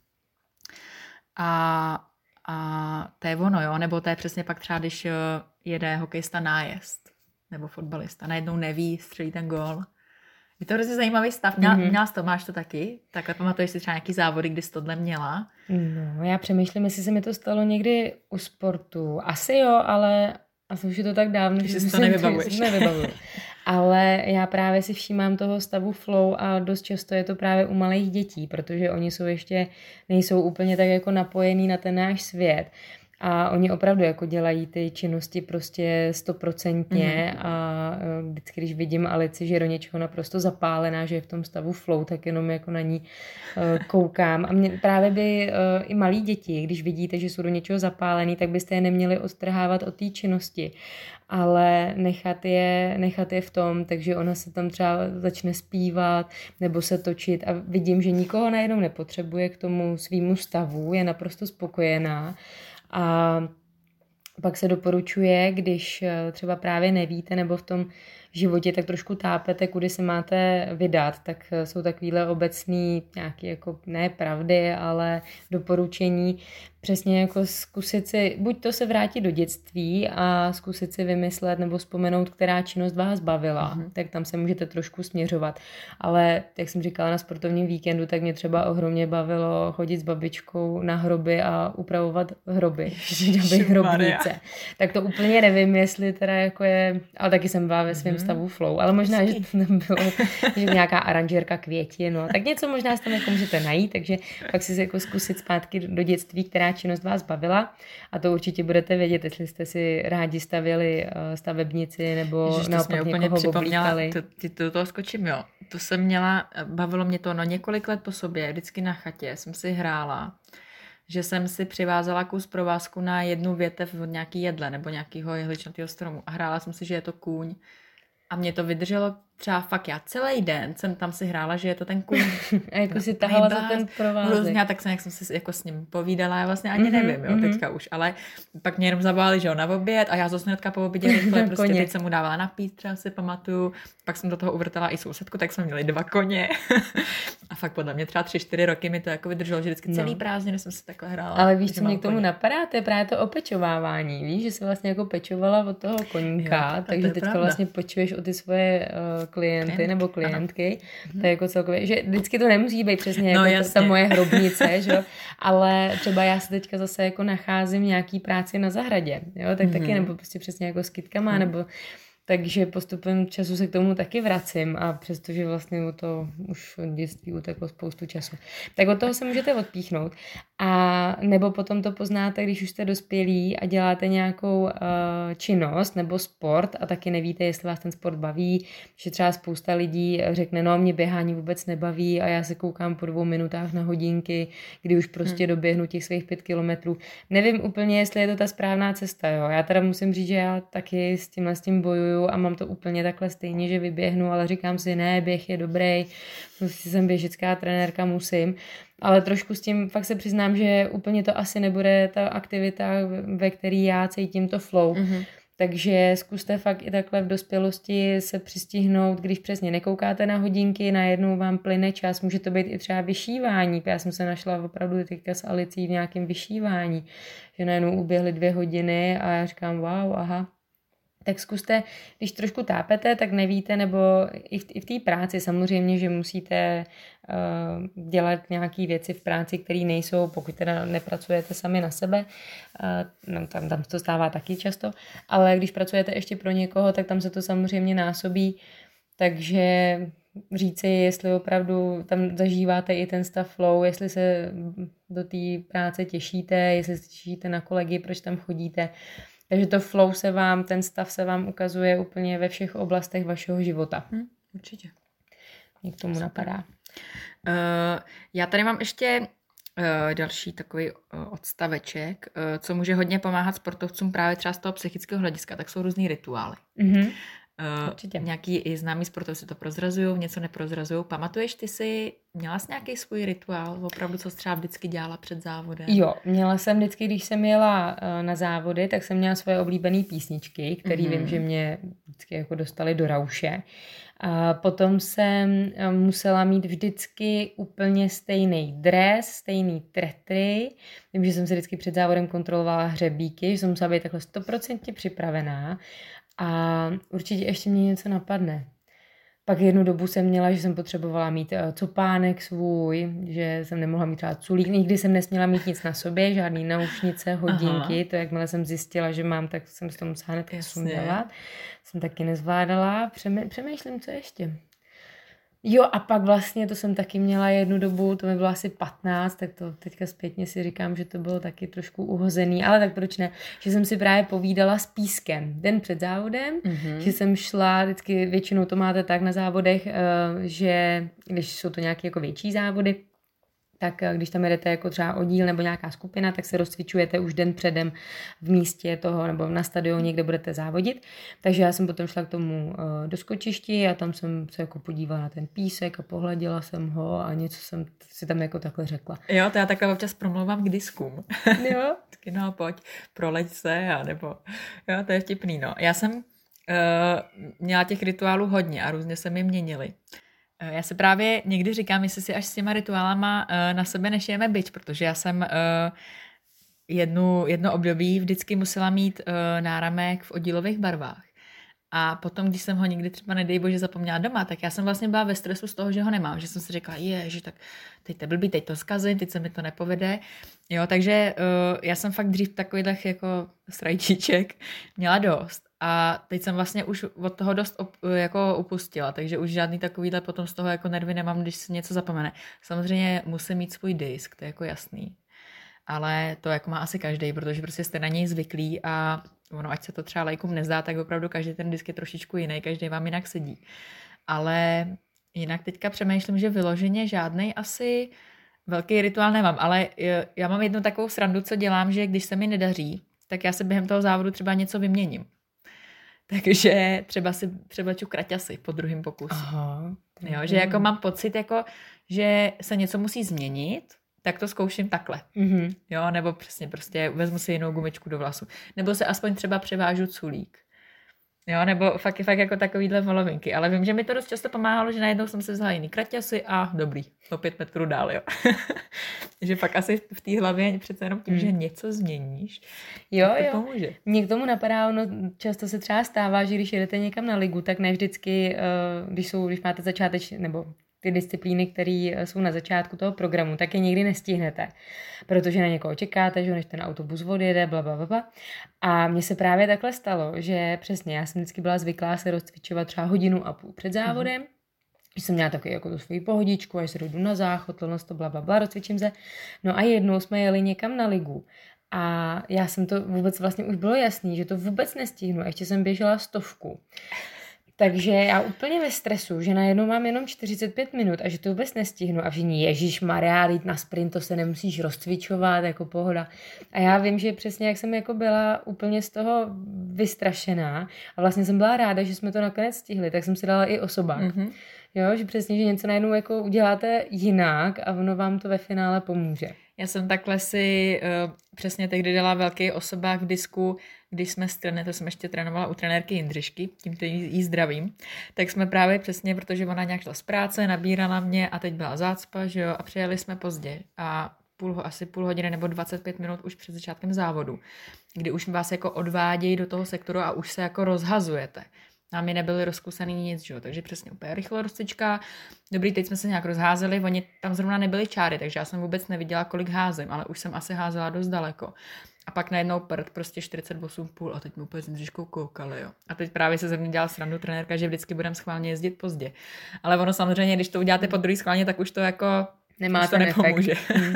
A, a to je ono, jo, nebo to je přesně pak třeba, když jede hokejista nájezd, nebo fotbalista, najednou neví, střelí ten gól. Je to hrozně zajímavý stav. Měla, mm-hmm. měla jsi to, máš to taky? Takhle pamatuješ si třeba nějaký závody, kdy jsi tohle měla? No, já přemýšlím, jestli se mi to stalo někdy u sportu. Asi jo, ale asi už je to tak dávno, že si to nevybavuješ. nevybavuju. Ale já právě si všímám toho stavu flow a dost často je to právě u malých dětí, protože oni jsou ještě, nejsou úplně tak jako napojení na ten náš svět. A oni opravdu jako dělají ty činnosti prostě stoprocentně mm-hmm. a vždycky, když vidím Alici, že je do něčeho naprosto zapálená, že je v tom stavu flow, tak jenom jako na ní uh, koukám. A mě právě by uh, i malí děti, když vidíte, že jsou do něčeho zapálený, tak byste je neměli odtrhávat od té činnosti, ale nechat je, nechat je v tom, takže ona se tam třeba začne zpívat nebo se točit a vidím, že nikoho najednou nepotřebuje k tomu svýmu stavu, je naprosto spokojená. A pak se doporučuje, když třeba právě nevíte nebo v tom životě tak trošku tápete, kudy se máte vydat, tak jsou takovýhle obecný nějaký jako ne pravdy, ale doporučení. Přesně jako zkusit si, buď to se vrátit do dětství a zkusit si vymyslet nebo vzpomenout, která činnost vás bavila, mm-hmm. tak tam se můžete trošku směřovat. Ale jak jsem říkala na sportovním víkendu, tak mě třeba ohromně bavilo chodit s babičkou na hroby a upravovat hroby, doby hrobnice. Tak to úplně nevím, jestli teda jako je, ale taky jsem byla ve svém mm-hmm. stavu flow, ale možná, že to nebylo, že nějaká aranžérka květin, no. Tak něco možná tam jako můžete najít, takže pak si jako zkusit zpátky do dětství, která činnost vás bavila a to určitě budete vědět, jestli jste si rádi stavěli stavebnici nebo Ježiš, naopak někoho oblíkali. To, ty to toho skočím, jo. To jsem měla, bavilo mě to no několik let po sobě, vždycky na chatě jsem si hrála, že jsem si přivázala kus provázku na jednu větev od nějaký jedle nebo nějakého jehličnatého stromu a hrála jsem si, že je to kůň. A mě to vydrželo třeba fakt já celý den jsem tam si hrála, že je to ten kůň. A jako si tahala za ten provázek. Hrozně, tak jsem, jak jsem si jako s ním povídala, já vlastně ani mm-hmm, nevím, jo, mm-hmm. teďka už, ale pak mě jenom zavolali, že jo, na oběd a já zase hnedka po obědě rychle, prostě teď jsem mu dávala napít, třeba si pamatuju, pak jsem do toho uvrtala i sousedku, tak jsme měli dva koně. A fakt podle mě třeba tři, čtyři roky mi to jako vydrželo, že vždycky celý no. prázdniny jsem si takhle hrála. Ale víš, co mě k tomu koně. napadá, to je právě to opečovávání, víš, že jsi vlastně jako pečovala od toho koníka, jo, takže teďka vlastně pečuješ o ty svoje uh, klienty Klient. nebo klientky, ano. To je jako celkově, že vždycky to nemusí být přesně no, jako ta moje hrobnice, že? Ale třeba já se teďka zase jako nacházím nějaký práci na zahradě, jo, tak mm-hmm. taky, nebo prostě přesně jako s kytkama, mm. nebo takže postupem času se k tomu taky vracím a přestože vlastně o to už od dětství uteklo spoustu času. Tak od toho se můžete odpíchnout a nebo potom to poznáte, když už jste dospělí a děláte nějakou uh, činnost nebo sport a taky nevíte, jestli vás ten sport baví, že třeba spousta lidí řekne, no mě běhání vůbec nebaví a já se koukám po dvou minutách na hodinky, kdy už prostě hmm. doběhnu těch svých pět kilometrů. Nevím úplně, jestli je to ta správná cesta, jo. Já teda musím říct, že já taky s tímhle s tím bojuju a mám to úplně takhle stejně, že vyběhnu, ale říkám si, ne, běh je dobrý, jsem běžecká trenérka, musím. Ale trošku s tím fakt se přiznám, že úplně to asi nebude ta aktivita, ve které já cítím to flow. Mm-hmm. Takže zkuste fakt i takhle v dospělosti se přistihnout, když přesně nekoukáte na hodinky, najednou vám plyne čas, může to být i třeba vyšívání. Já jsem se našla opravdu teďka s Alicí v nějakém vyšívání, že najednou uběhly dvě hodiny a já říkám, wow, aha. Tak zkuste, když trošku tápete, tak nevíte, nebo i v, i v té práci samozřejmě, že musíte uh, dělat nějaké věci v práci, které nejsou, pokud teda nepracujete sami na sebe, uh, no, tam, tam to stává taky často, ale když pracujete ještě pro někoho, tak tam se to samozřejmě násobí, takže říci, jestli opravdu tam zažíváte i ten stav flow, jestli se do té práce těšíte, jestli se těšíte na kolegy, proč tam chodíte. Takže to flow se vám, ten stav se vám ukazuje úplně ve všech oblastech vašeho života. Hmm, určitě. Mě k tomu Super. napadá. Uh, já tady mám ještě uh, další takový uh, odstaveček, uh, co může hodně pomáhat sportovcům právě třeba z toho psychického hlediska, tak jsou různý rituály. Mm-hmm. Uh, Určitě. Nějaký i známí sportovci to prozrazují, něco neprozrazují. Pamatuješ, ty jsi měla jsi nějaký svůj rituál, opravdu, co jsi třeba vždycky dělala před závodem? Jo, měla jsem vždycky, když jsem jela uh, na závody, tak jsem měla svoje oblíbené písničky, které mm-hmm. vím, že mě vždycky jako dostaly do rauše. A potom jsem musela mít vždycky úplně stejný dres, stejný tretry. Vím, že jsem se vždycky před závodem kontrolovala hřebíky, že jsem musela být takhle sto procent připravená. A určitě ještě mě něco napadne. Pak jednu dobu jsem měla, že jsem potřebovala mít copánek svůj, že jsem nemohla mít třeba culík. Nikdy jsem nesměla mít nic na sobě, žádný naušnice, hodinky. Aha. To jakmile jsem zjistila, že mám, tak jsem si to musela hned sundat. Jsem taky nezvládala. Přemýšlím, co ještě. Jo, a pak vlastně to jsem taky měla jednu dobu, to mi bylo asi patnáct, tak to teďka zpětně si říkám, že to bylo taky trošku uhozený, ale tak proč ne, že jsem si právě povídala s pískem den před závodem, mm-hmm. že jsem šla, vždycky většinou to máte tak na závodech, že když jsou to nějaké jako větší závody, tak když tam jedete jako třeba oddíl nebo nějaká skupina, tak se rozcvičujete už den předem v místě toho nebo na stadioně, kde budete závodit. Takže já jsem potom šla k tomu do skočišti a tam jsem se jako podívala na ten písek a pohladila jsem ho a něco jsem si tam jako takhle řekla. Jo, to já takhle občas promlouvám k diskům. Jo. Taky no, pojď, proleď se a nebo, jo, to je vtipný, no. Já jsem měla těch rituálů hodně a různě se mi měnily. Já se právě někdy říkám, jestli si až s těma rituálama na sebe nešijeme bič, protože já jsem jednu, jedno období vždycky musela mít náramek v oddílových barvách. A potom, když jsem ho někdy třeba, nedej bože, zapomněla doma, tak já jsem vlastně byla ve stresu z toho, že ho nemám. Že jsem si řekla, ježi, tak teď to blbý, teď to zkazím, teď se mi to nepovede. Jo, takže uh, já jsem fakt dřív takových jako srajčíček měla dost. A teď jsem vlastně už od toho dost op, jako upustila, takže už žádný takovýhle potom z toho jako nervy nemám, když si něco zapomene. Samozřejmě musím mít svůj disk, to je jako jasný. Ale to jako má asi každý, protože prostě jste na něj zvyklí a ono, ať se to třeba lajkům nezdá, tak opravdu každý ten disk je trošičku jiný, každý vám jinak sedí. Ale jinak teďka přemýšlím, že vyloženě žádnej asi velký rituál nemám, ale já mám jednu takovou srandu, co dělám, že když se mi nedaří, tak já se během toho závodu třeba něco vyměním. Takže třeba si převleču kraťasy po druhém pokusu. Aha, jo, že jako mám pocit, jako, že se něco musí změnit, tak to zkouším takhle. Mm-hmm. Jo, nebo přesně prostě vezmu si jinou gumičku do vlasu. Nebo se aspoň třeba převážu culík. Jo, nebo fakt, fakt jako takovýhle volovinky. Ale vím, že mi to dost často pomáhalo, že najednou jsem se vzala jiný kraťasy a dobrý, o pět metrů dál, jo. Že fakt asi v té hlavě přece jenom tím, mm. že něco změníš, jo, to jo. pomůže. Mně k tomu napadá, ono často se třeba stává, že když jedete někam na ligu, tak ne vždycky, když, jsou, když máte začáteč, nebo ty disciplíny, které jsou na začátku toho programu, tak je nikdy nestihnete, protože na někoho čekáte, že než ten autobus odjede, blablabla. A mně se právě takhle stalo, že přesně, já jsem vždycky byla zvyklá se rozcvičovat třeba hodinu a půl před závodem, mm-hmm. že jsem měla takový jako tu svoji pohodičku, až se dojdu na záchod, to blablabla, rozcvičím se. No a jednou jsme jeli někam na ligu. A já jsem to vůbec vlastně už bylo jasný, že to vůbec nestihnu. A ještě jsem běžela stovku. Takže já úplně ve stresu, že najednou mám jenom čtyřicet pět minut a že to vůbec nestihnu. A všichni, ježišmarjá, jít na sprint, to se nemusíš rozcvičovat, jako pohoda. A já vím, že přesně jak jsem jako byla úplně z toho vystrašená a vlastně jsem byla ráda, že jsme to nakonec stihli, tak jsem si dala i osobák. Mm-hmm. Jo, že přesně, že něco najednou jako uděláte jinak a ono vám to ve finále pomůže. Já jsem takhle si uh, přesně tehdy dala velký osobák v disku, když jsme s trené, to jsem ještě trénovala u trenérky Jindřišky, tímto jí zdravím, tak jsme právě přesně, protože ona nějak šla z práce, nabírala mě a teď byla zácpa, že jo, a přijeli jsme pozdě a půl, asi půl hodiny nebo dvacet pět minut už před začátkem závodu, kdy už vás jako odvádějí do toho sektoru a už se jako rozhazujete. A my nebyli rozkusaný nic, že jo, takže přesně úplně rychlo rozcvička. Dobrý, teď jsme se nějak rozházeli, oni tam zrovna nebyly čáry, takže já jsem vůbec neviděla, kolik házím, ale už jsem asi házela dost daleko. A pak najednou prd, prostě čtyřicet osm celá pět a teď mi úplně s Jindřiškou koukali, jo. A teď právě se ze mě dělala srandu trenérka, že vždycky budeme schválně jezdit pozdě. Ale ono samozřejmě, když to uděláte po druhý schválně, tak už to jako nemá to nepomůže.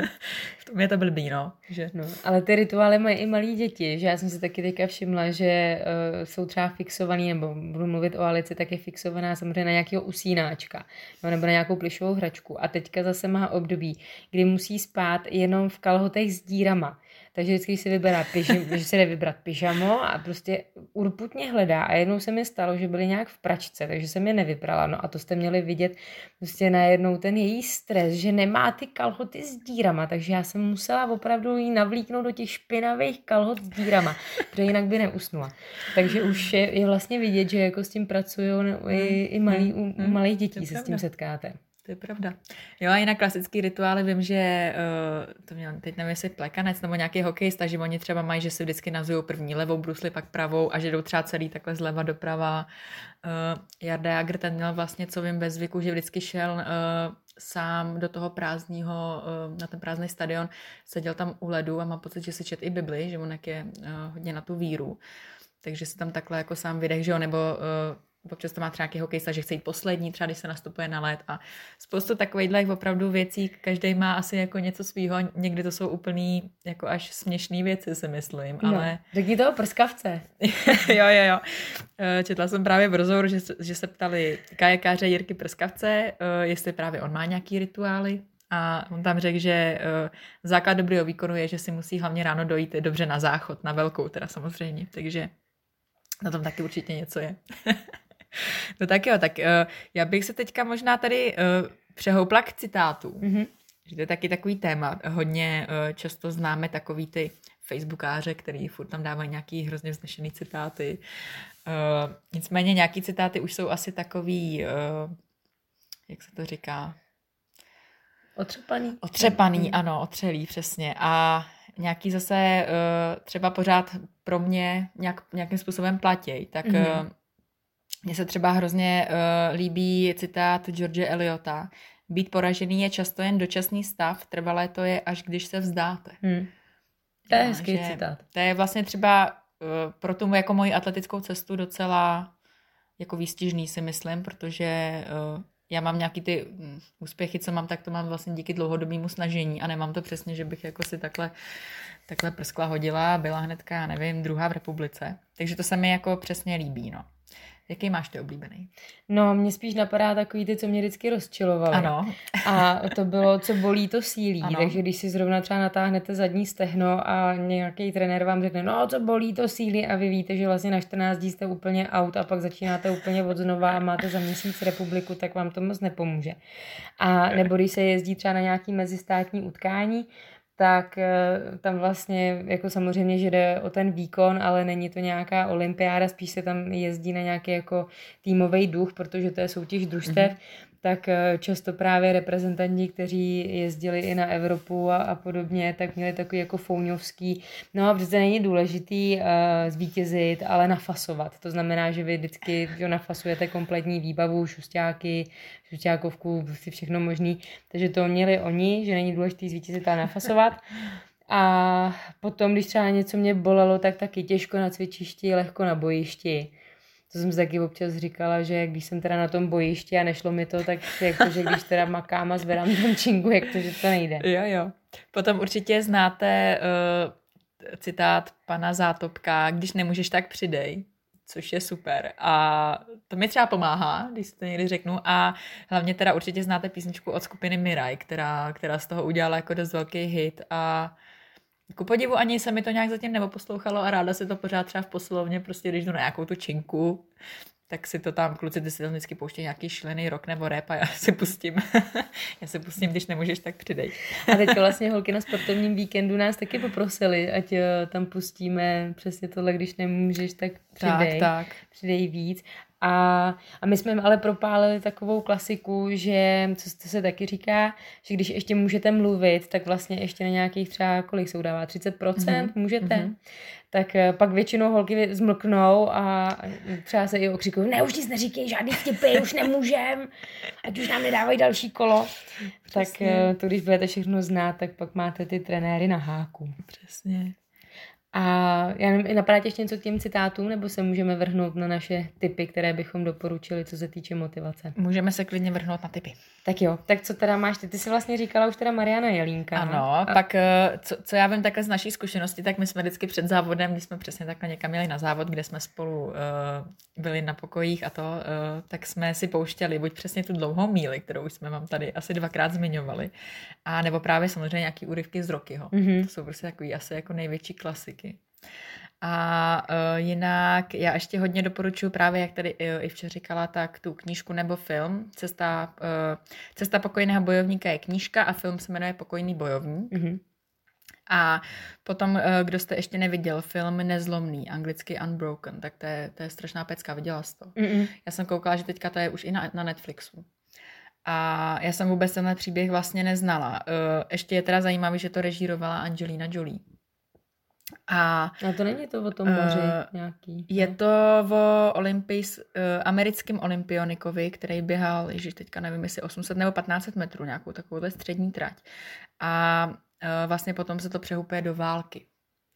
V tom je to blbý, no. Že... no. Ale ty rituály mají i malí děti, že já jsem si taky teďka všimla, že uh, jsou třeba fixovaný, nebo budu mluvit o Alici, tak je fixovaná samozřejmě na nějakého usínáčka, no, nebo na nějakou plišovou hračku. A teďka zase má období, kdy musí spát jenom v kalhotech s dírama. Takže vždycky si vyberá pyžamo, že se jde vybrat pyžamo a prostě urputně hledá. A jednou se mi stalo, že byly nějak v pračce, takže jsem je nevybrala. No a to jste měli vidět prostě najednou ten její stres, že nemá ty kalhoty s dírama, takže já jsem musela opravdu jí navlíknout do těch špinavých kalhot s dírama, protože jinak by neusnula. Takže už je, je vlastně vidět, že jako s tím pracují i, i malí, u, u malých dětí se s tím setkáte. To je pravda. Jo, a jinak klasický rituály vím, že uh, to měl, teď nevím, jestli plekanec nebo nějaký hokejista, že oni třeba mají, že si vždycky nazujou první levou brusli, pak pravou a že jdou třeba celý takhle zleva doprava. Uh, Jarda Jágr, ten měl vlastně, co vím, bez zvyku, že vždycky šel uh, sám do toho prázdního, uh, na ten prázdný stadion, seděl tam u ledu a mám pocit, že si čet i Bibli, že on je uh, hodně na tu víru. Takže si tam takhle jako sám vydech, že jo, nebo uh, občas to má třeba nějaký hokejista, že chce jít poslední, třeba když se nastupuje na led a spoustu takovýchhle opravdu věcí, každý má asi jako něco svýho, někdy to jsou úplný jako až směšný věci, si myslím, no, ale... Řekni toho prskavce. jo, jo, jo. Četla jsem právě v rozhovoru, že, že se ptali kajakáře Jirky Prskavce, jestli právě on má nějaký rituály a on tam řekl, že základ dobrého výkonu je, že si musí hlavně ráno dojít dobře na záchod, na velkou teda samozřejmě, takže na tom taky určitě něco je. No tak jo, tak uh, já bych se teďka možná tady uh, přehoupla k citátu. Mm-hmm. Že to je taky takový téma. Hodně uh, často známe takový ty facebookáře, který furt tam dávají nějaký hrozně vznešený citáty. Uh, nicméně nějaký citáty už jsou asi takový, uh, jak se to říká? Otřepaný. Otřepaný, hmm. ano, otřelý, přesně. A nějaký zase uh, třeba pořád pro mě nějak, nějakým způsobem platěj. Tak hmm. uh, mně se třeba hrozně uh, líbí citát George Eliota. Být poražený je často jen dočasný stav, trvalé to je, až když se vzdáte. Hmm. To je hezký citát. To je vlastně třeba uh, pro tu jako moji atletickou cestu docela jako výstižný, si myslím, protože uh, já mám nějaký ty um, úspěchy, co mám, tak to mám vlastně díky dlouhodobému snažení a nemám to přesně, že bych jako si takhle, takhle prskla hodila a byla hnedka, já nevím, druhá v republice. Takže to se mi jako přesně líbí, no. Jaký máš ty oblíbený? No, mě spíš napadá takový ty, co mě vždycky rozčilovaly. Ano. A to bylo, co bolí, to sílí. Ano. Takže když si zrovna třeba natáhnete zadní stehno a nějaký trenér vám řekne, no, co bolí, to sílí a vy víte, že vlastně na čtrnáct dní jste úplně out a pak začínáte úplně od znova a máte za měsíc republiku, tak vám to moc nepomůže. A nebo když se jezdí třeba na nějaký mezistátní utkání, tak tam vlastně jako samozřejmě, že jde o ten výkon, ale není to nějaká olympiáda, spíš se tam jezdí na nějaký jako týmový duch, protože to je soutěž družstev, mm-hmm. tak často právě reprezentanti, kteří jezdili i na Evropu a, a podobně, tak měli takový jako fouňovský, no a přece není důležitý uh, zvítězit, ale nafasovat. To znamená, že vy vždycky že nafasujete kompletní výbavu, šustáky, šustákovku, prostě všechno možný. Takže to měli oni, že není důležitý zvítězit, ale nafasovat. A potom, když třeba něco mě bolelo, tak taky těžko na cvičišti, lehko na bojišti. To jsem si taky občas říkala, že když jsem teda na tom bojišti a nešlo mi to, tak jako, že když teda makám a zvedám tam činku, jak to, že to nejde. Jo, jo. Potom určitě znáte uh, citát pana Zátopka, když nemůžeš, tak přidej, což je super. A to mi třeba pomáhá, když si to někdy řeknu. A hlavně teda určitě znáte písničku od skupiny Miraj, která, která z toho udělala jako dost velký hit a ku podivu ani se mi to nějak zatím neposlouchalo a ráda si to pořád třeba v posilovně, prostě když jdu na nějakou tu činku, tak si to tam, kluci, ty si tam vždycky pouštějí nějaký šílený rock nebo rap a já si pustím. já si pustím, když nemůžeš, tak přidej. A teď vlastně holky na sportovním víkendu nás taky poprosili, ať tam pustíme přesně tohle, když nemůžeš, tak přidej. Tak, tak. Přidej víc. A, a my jsme ale propálili takovou klasiku, že, co se taky říká, že když ještě můžete mluvit, tak vlastně ještě na nějakých třeba, kolik se udává, třicet procent mm-hmm. můžete, mm-hmm. tak pak většinou holky zmlknou a třeba se i okřikují, ne, už nic neříkej, žádný vtipy, už nemůžem, ať už nám nedávají další kolo. Přesně. Tak to, když budete všechno znát, tak pak máte ty trenéry na háku. Přesně. A já nevím, napadá tě ještě něco k těm citátům, nebo se můžeme vrhnout na naše tipy, které bychom doporučili, co se týče motivace? Můžeme se klidně vrhnout na tipy. Tak jo, tak co teda máš ty? Ty jsi vlastně říkala už teda Mariana Jelínka. Ano, a... pak co, co já vím takhle z naší zkušenosti, tak my jsme vždycky před závodem, když jsme přesně takhle někam jeli na závod, kde jsme spolu uh, byli na pokojích a to, uh, tak jsme si pouštěli buď přesně tu dlouhou míli, kterou už jsme vám tady asi dvakrát zmiňovali, a nebo právě samozřejmě nějaký úryvky z Rockyho. Mm-hmm. To jsou prostě takový asi jako největší klasiky. A uh, jinak já ještě hodně doporučuji právě, jak tady uh, Ivča říkala, tak tu knížku nebo film. Cesta, uh, Cesta pokojného bojovníka je knížka a film se jmenuje Pokojný bojovník. Mm-hmm. A potom, uh, kdo jste ještě neviděl film Nezlomný, anglicky Unbroken, tak to je, to je strašná pecka, viděla jsi to? Mm-hmm. Já jsem koukala, že teďka to je už i na, na Netflixu. A já jsem vůbec tenhle příběh vlastně neznala. Uh, ještě je teda zajímavý, že to režírovala Angelina Jolie. A, a to není to o tom moři uh, nějaký. Je to o Olympijs, uh, americkém olympionikovi, který běhal, ježiš, teďka nevím, jestli osm set nebo patnáct set metrů, nějakou takovou střední trať. A uh, vlastně potom se to přehupuje do války.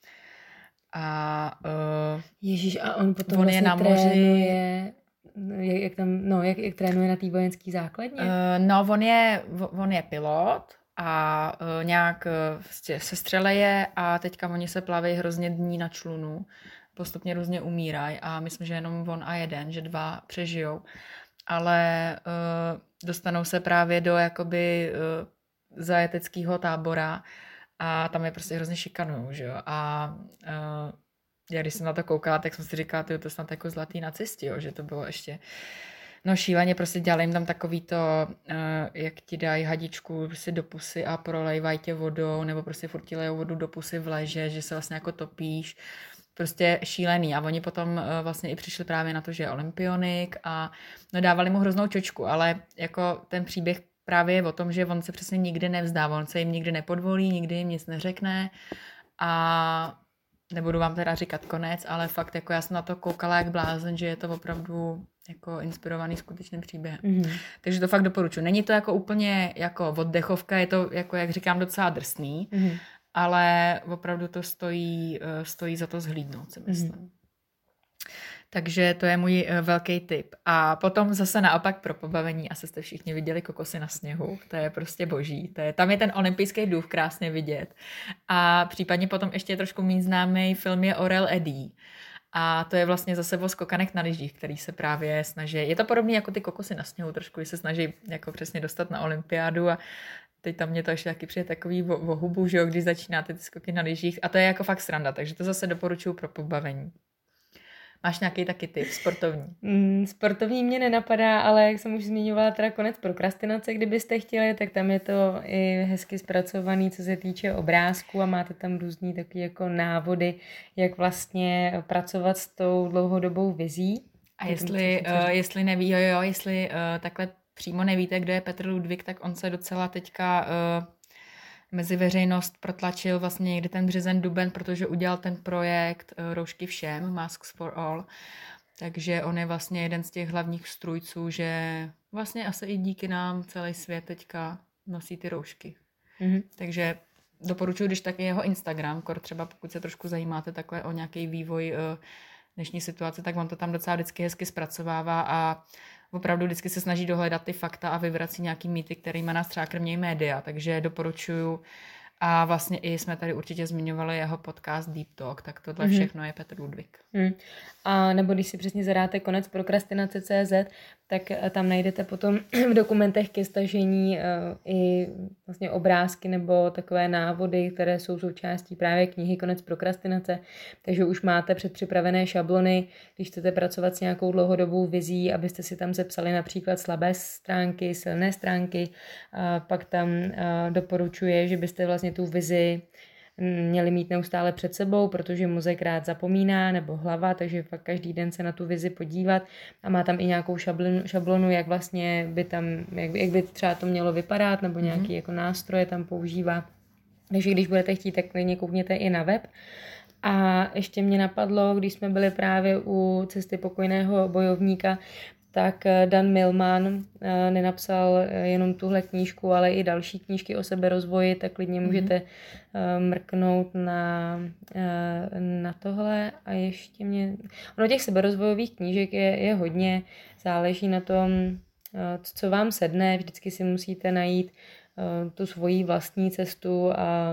A uh, ježiš, a on potom on vlastně je na moři. Trénuje, jak, jak, tam, no, jak, jak trénuje na té vojenské základně? Uh, no, on je, on je pilot. A uh, nějak uh, se střeleje a teďka oni se plaví hrozně dní na člunu, postupně různě umírají a myslím, že jenom on a jeden, že dva přežijou, ale uh, dostanou se právě do jakoby uh, zajeteckého tábora a tam je prostě hrozně šikanujou, že jo, a uh, já když jsem na to koukala, tak jsem si říkala, tyjo, to snad jako zlatý nacisti, jo, že to bylo ještě No šíleně, prostě dělali jim tam takový to, uh, jak ti dají hadičku prostě do pusy a prolejvají tě vodou, nebo prostě furt ti lejou vodu do pusy v leže, že se vlastně jako topíš. Prostě šílený. A oni potom uh, vlastně i přišli právě na to, že je olympionik a no dávali mu hroznou čočku, ale jako ten příběh právě je o tom, že on se přesně nikdy nevzdává, on se jim nikdy nepodvolí, nikdy jim nic neřekne a nebudu vám teda říkat konec, ale fakt jako já jsem na to koukala jak blázen, že je to opravdu jako inspirovaný skutečným příběhem. Mm-hmm. Takže to fakt doporučuji. Není to jako úplně jako oddechovka, je to jako, jak říkám, docela drsný, mm-hmm. ale opravdu to stojí, stojí za to zhlídnout, si myslím. Mm-hmm. Takže to je můj velký tip. A potom zase naopak pro pobavení, asi jste všichni viděli Kokosy na sněhu, to je prostě boží. To je, tam je ten olympijský duch krásně vidět. A případně potom ještě trošku méně známý film je Orel Eddy. A to je vlastně zase o skokanech na lyžích, který se právě snaží. Je to podobné jako ty Kokosy na sněhu, trošku se snaží jako přesně dostat na olympiádu a teď tam mě to ještě taky přijde takový o, o hubu, že jo, když začínáte ty skoky na lyžích. A to je jako fakt sranda, takže to zase doporučuji pro pobavení. Máš nějaký taky tip sportovní? Mm, sportovní mě nenapadá, ale jak jsem už zmiňovala, teda konec prokrastinace, kdybyste chtěli, tak tam je to i hezky zpracovaný, co se týče obrázku a máte tam různý taky jako návody, jak vlastně pracovat s tou dlouhodobou vizí. A jestli, uh, jestli neví, jo, jo, jestli uh, takhle přímo nevíte, kdo je Petr Ludwig, tak on se docela teďka uh, mezi veřejnost protlačil vlastně někdy ten březen, duben, protože udělal ten projekt uh, Roušky všem, Masks for All. Takže on je vlastně jeden z těch hlavních strůjců, že vlastně asi i díky nám celý svět teďka nosí ty roušky. Mm-hmm. Takže doporučuji, když tak i jeho Instagram, kor třeba pokud se trošku zajímáte takhle o nějaký vývoj uh, dnešní situace, tak on to tam docela vždycky hezky zpracovává a opravdu vždycky se snaží dohledat ty fakta a vyvrací nějaký mýty, kterými nás třeba krmějí média, takže doporučuju. A vlastně i jsme tady určitě zmiňovali jeho podcast Deep Talk, tak tohle mm-hmm. všechno je Petr Ludwig. Mm. A nebo když si přesně zadáte konec prokrastinace tečka cé zet, tak tam najdete potom v dokumentech ke stažení uh, i vlastně obrázky nebo takové návody, které jsou součástí právě knihy Konec prokrastinace. Takže už máte předpřipravené šablony, když chcete pracovat s nějakou dlouhodobou vizí, abyste si tam sepsali například slabé stránky, silné stránky. A pak tam uh, doporučuje, že byste vlastně tu vizi měli mít neustále před sebou, protože mozek rád zapomíná, nebo hlava, takže fakt každý den se na tu vizi podívat a má tam i nějakou šablonu, šablonu jak vlastně by tam, jak, jak by třeba to mělo vypadat, nebo nějaký mm-hmm. jako nástroje tam používá. Takže když budete chtít, tak klidně koukněte i na web. A ještě mě napadlo, když jsme byli právě u Cesty pokojného bojovníka, tak Dan Millman nenapsal jenom tuhle knížku, ale i další knížky o seberozvoji, tak klidně můžete mm-hmm. mrknout na, na tohle. A ještě mě... Ono těch seberozvojových knížek je, je hodně, záleží na tom, co vám sedne, vždycky si musíte najít tu svoji vlastní cestu a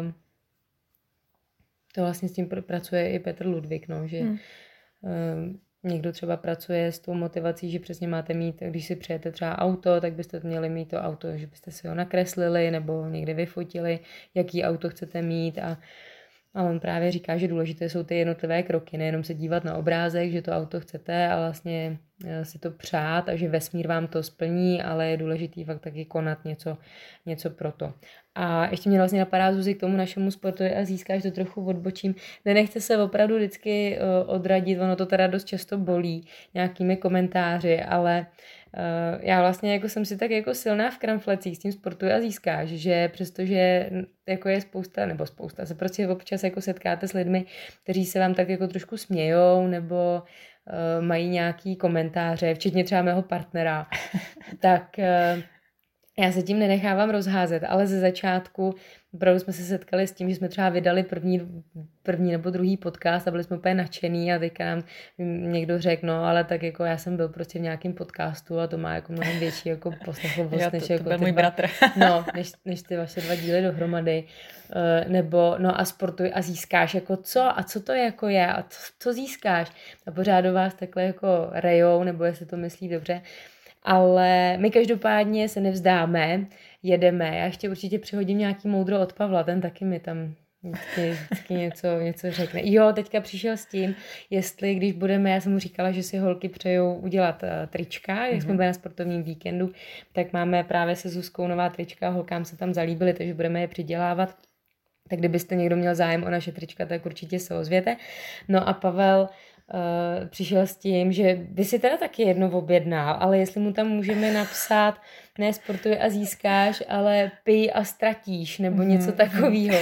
to vlastně s tím pracuje i Petr Ludwig, no, že mm. někdo třeba pracuje s tou motivací, že přesně máte mít, když si přejete třeba auto, tak byste měli mít to auto, že byste si ho nakreslili nebo někde vyfotili, jaký auto chcete mít a, a on právě říká, že důležité jsou ty jednotlivé kroky, nejenom se dívat na obrázek, že to auto chcete a vlastně si to přát a že vesmír vám to splní, ale je důležitý fakt taky konat něco, něco pro to. A ještě mě vlastně napadá, Zuzi, k tomu našemu sportu a získáš to trochu odbočím. Nenechte se opravdu vždycky uh, odradit, ono to teda dost často bolí nějakými komentáři, ale uh, já vlastně jako jsem si tak jako silná v kramflecích s tím sportu a získáš, že přestože jako je spousta, nebo spousta, se prostě občas jako setkáte s lidmi, kteří se vám tak jako trošku smějou, nebo uh, mají nějaký komentáře, včetně třeba mého partnera, tak... Uh, Já se tím nenechávám rozházet, ale ze začátku opravdu jsme se setkali s tím, že jsme třeba vydali první, první nebo druhý podcast a byli jsme úplně nadšený a teďka nám někdo řekl, no ale tak jako já jsem byl prostě v nějakém podcastu a to má jako mnohem větší jako poslechovost, než to, jako to byl ty můj dva, bratr. no, než, než ty vaše dva díly dohromady. Uh, nebo no a sportuj a získáš jako co a co to jako je a co, co získáš a pořád do vás takhle jako rejou, nebo jestli to myslí dobře. Ale my každopádně se nevzdáme, jedeme. Já ještě určitě přihodím nějaký moudro od Pavla, ten taky mi tam Vždycky, vždycky něco, něco řekne. Jo, teďka přišel s tím, jestli když budeme, já jsem mu říkala, že si holky přejou udělat uh, trička, jak mm-hmm. jsme byli na sportovním víkendu, tak máme právě se Zuzkou nová trička, holkám se tam zalíbily, takže budeme je přidělávat. Tak kdybyste někdo měl zájem o naše trička, tak určitě se ozvěte. No a Pavel uh, přišel s tím, že by si teda taky jedno objednal, ale jestli mu tam můžeme napsat, ne sportuj a získáš, ale pij a ztratíš, nebo mm. něco takového.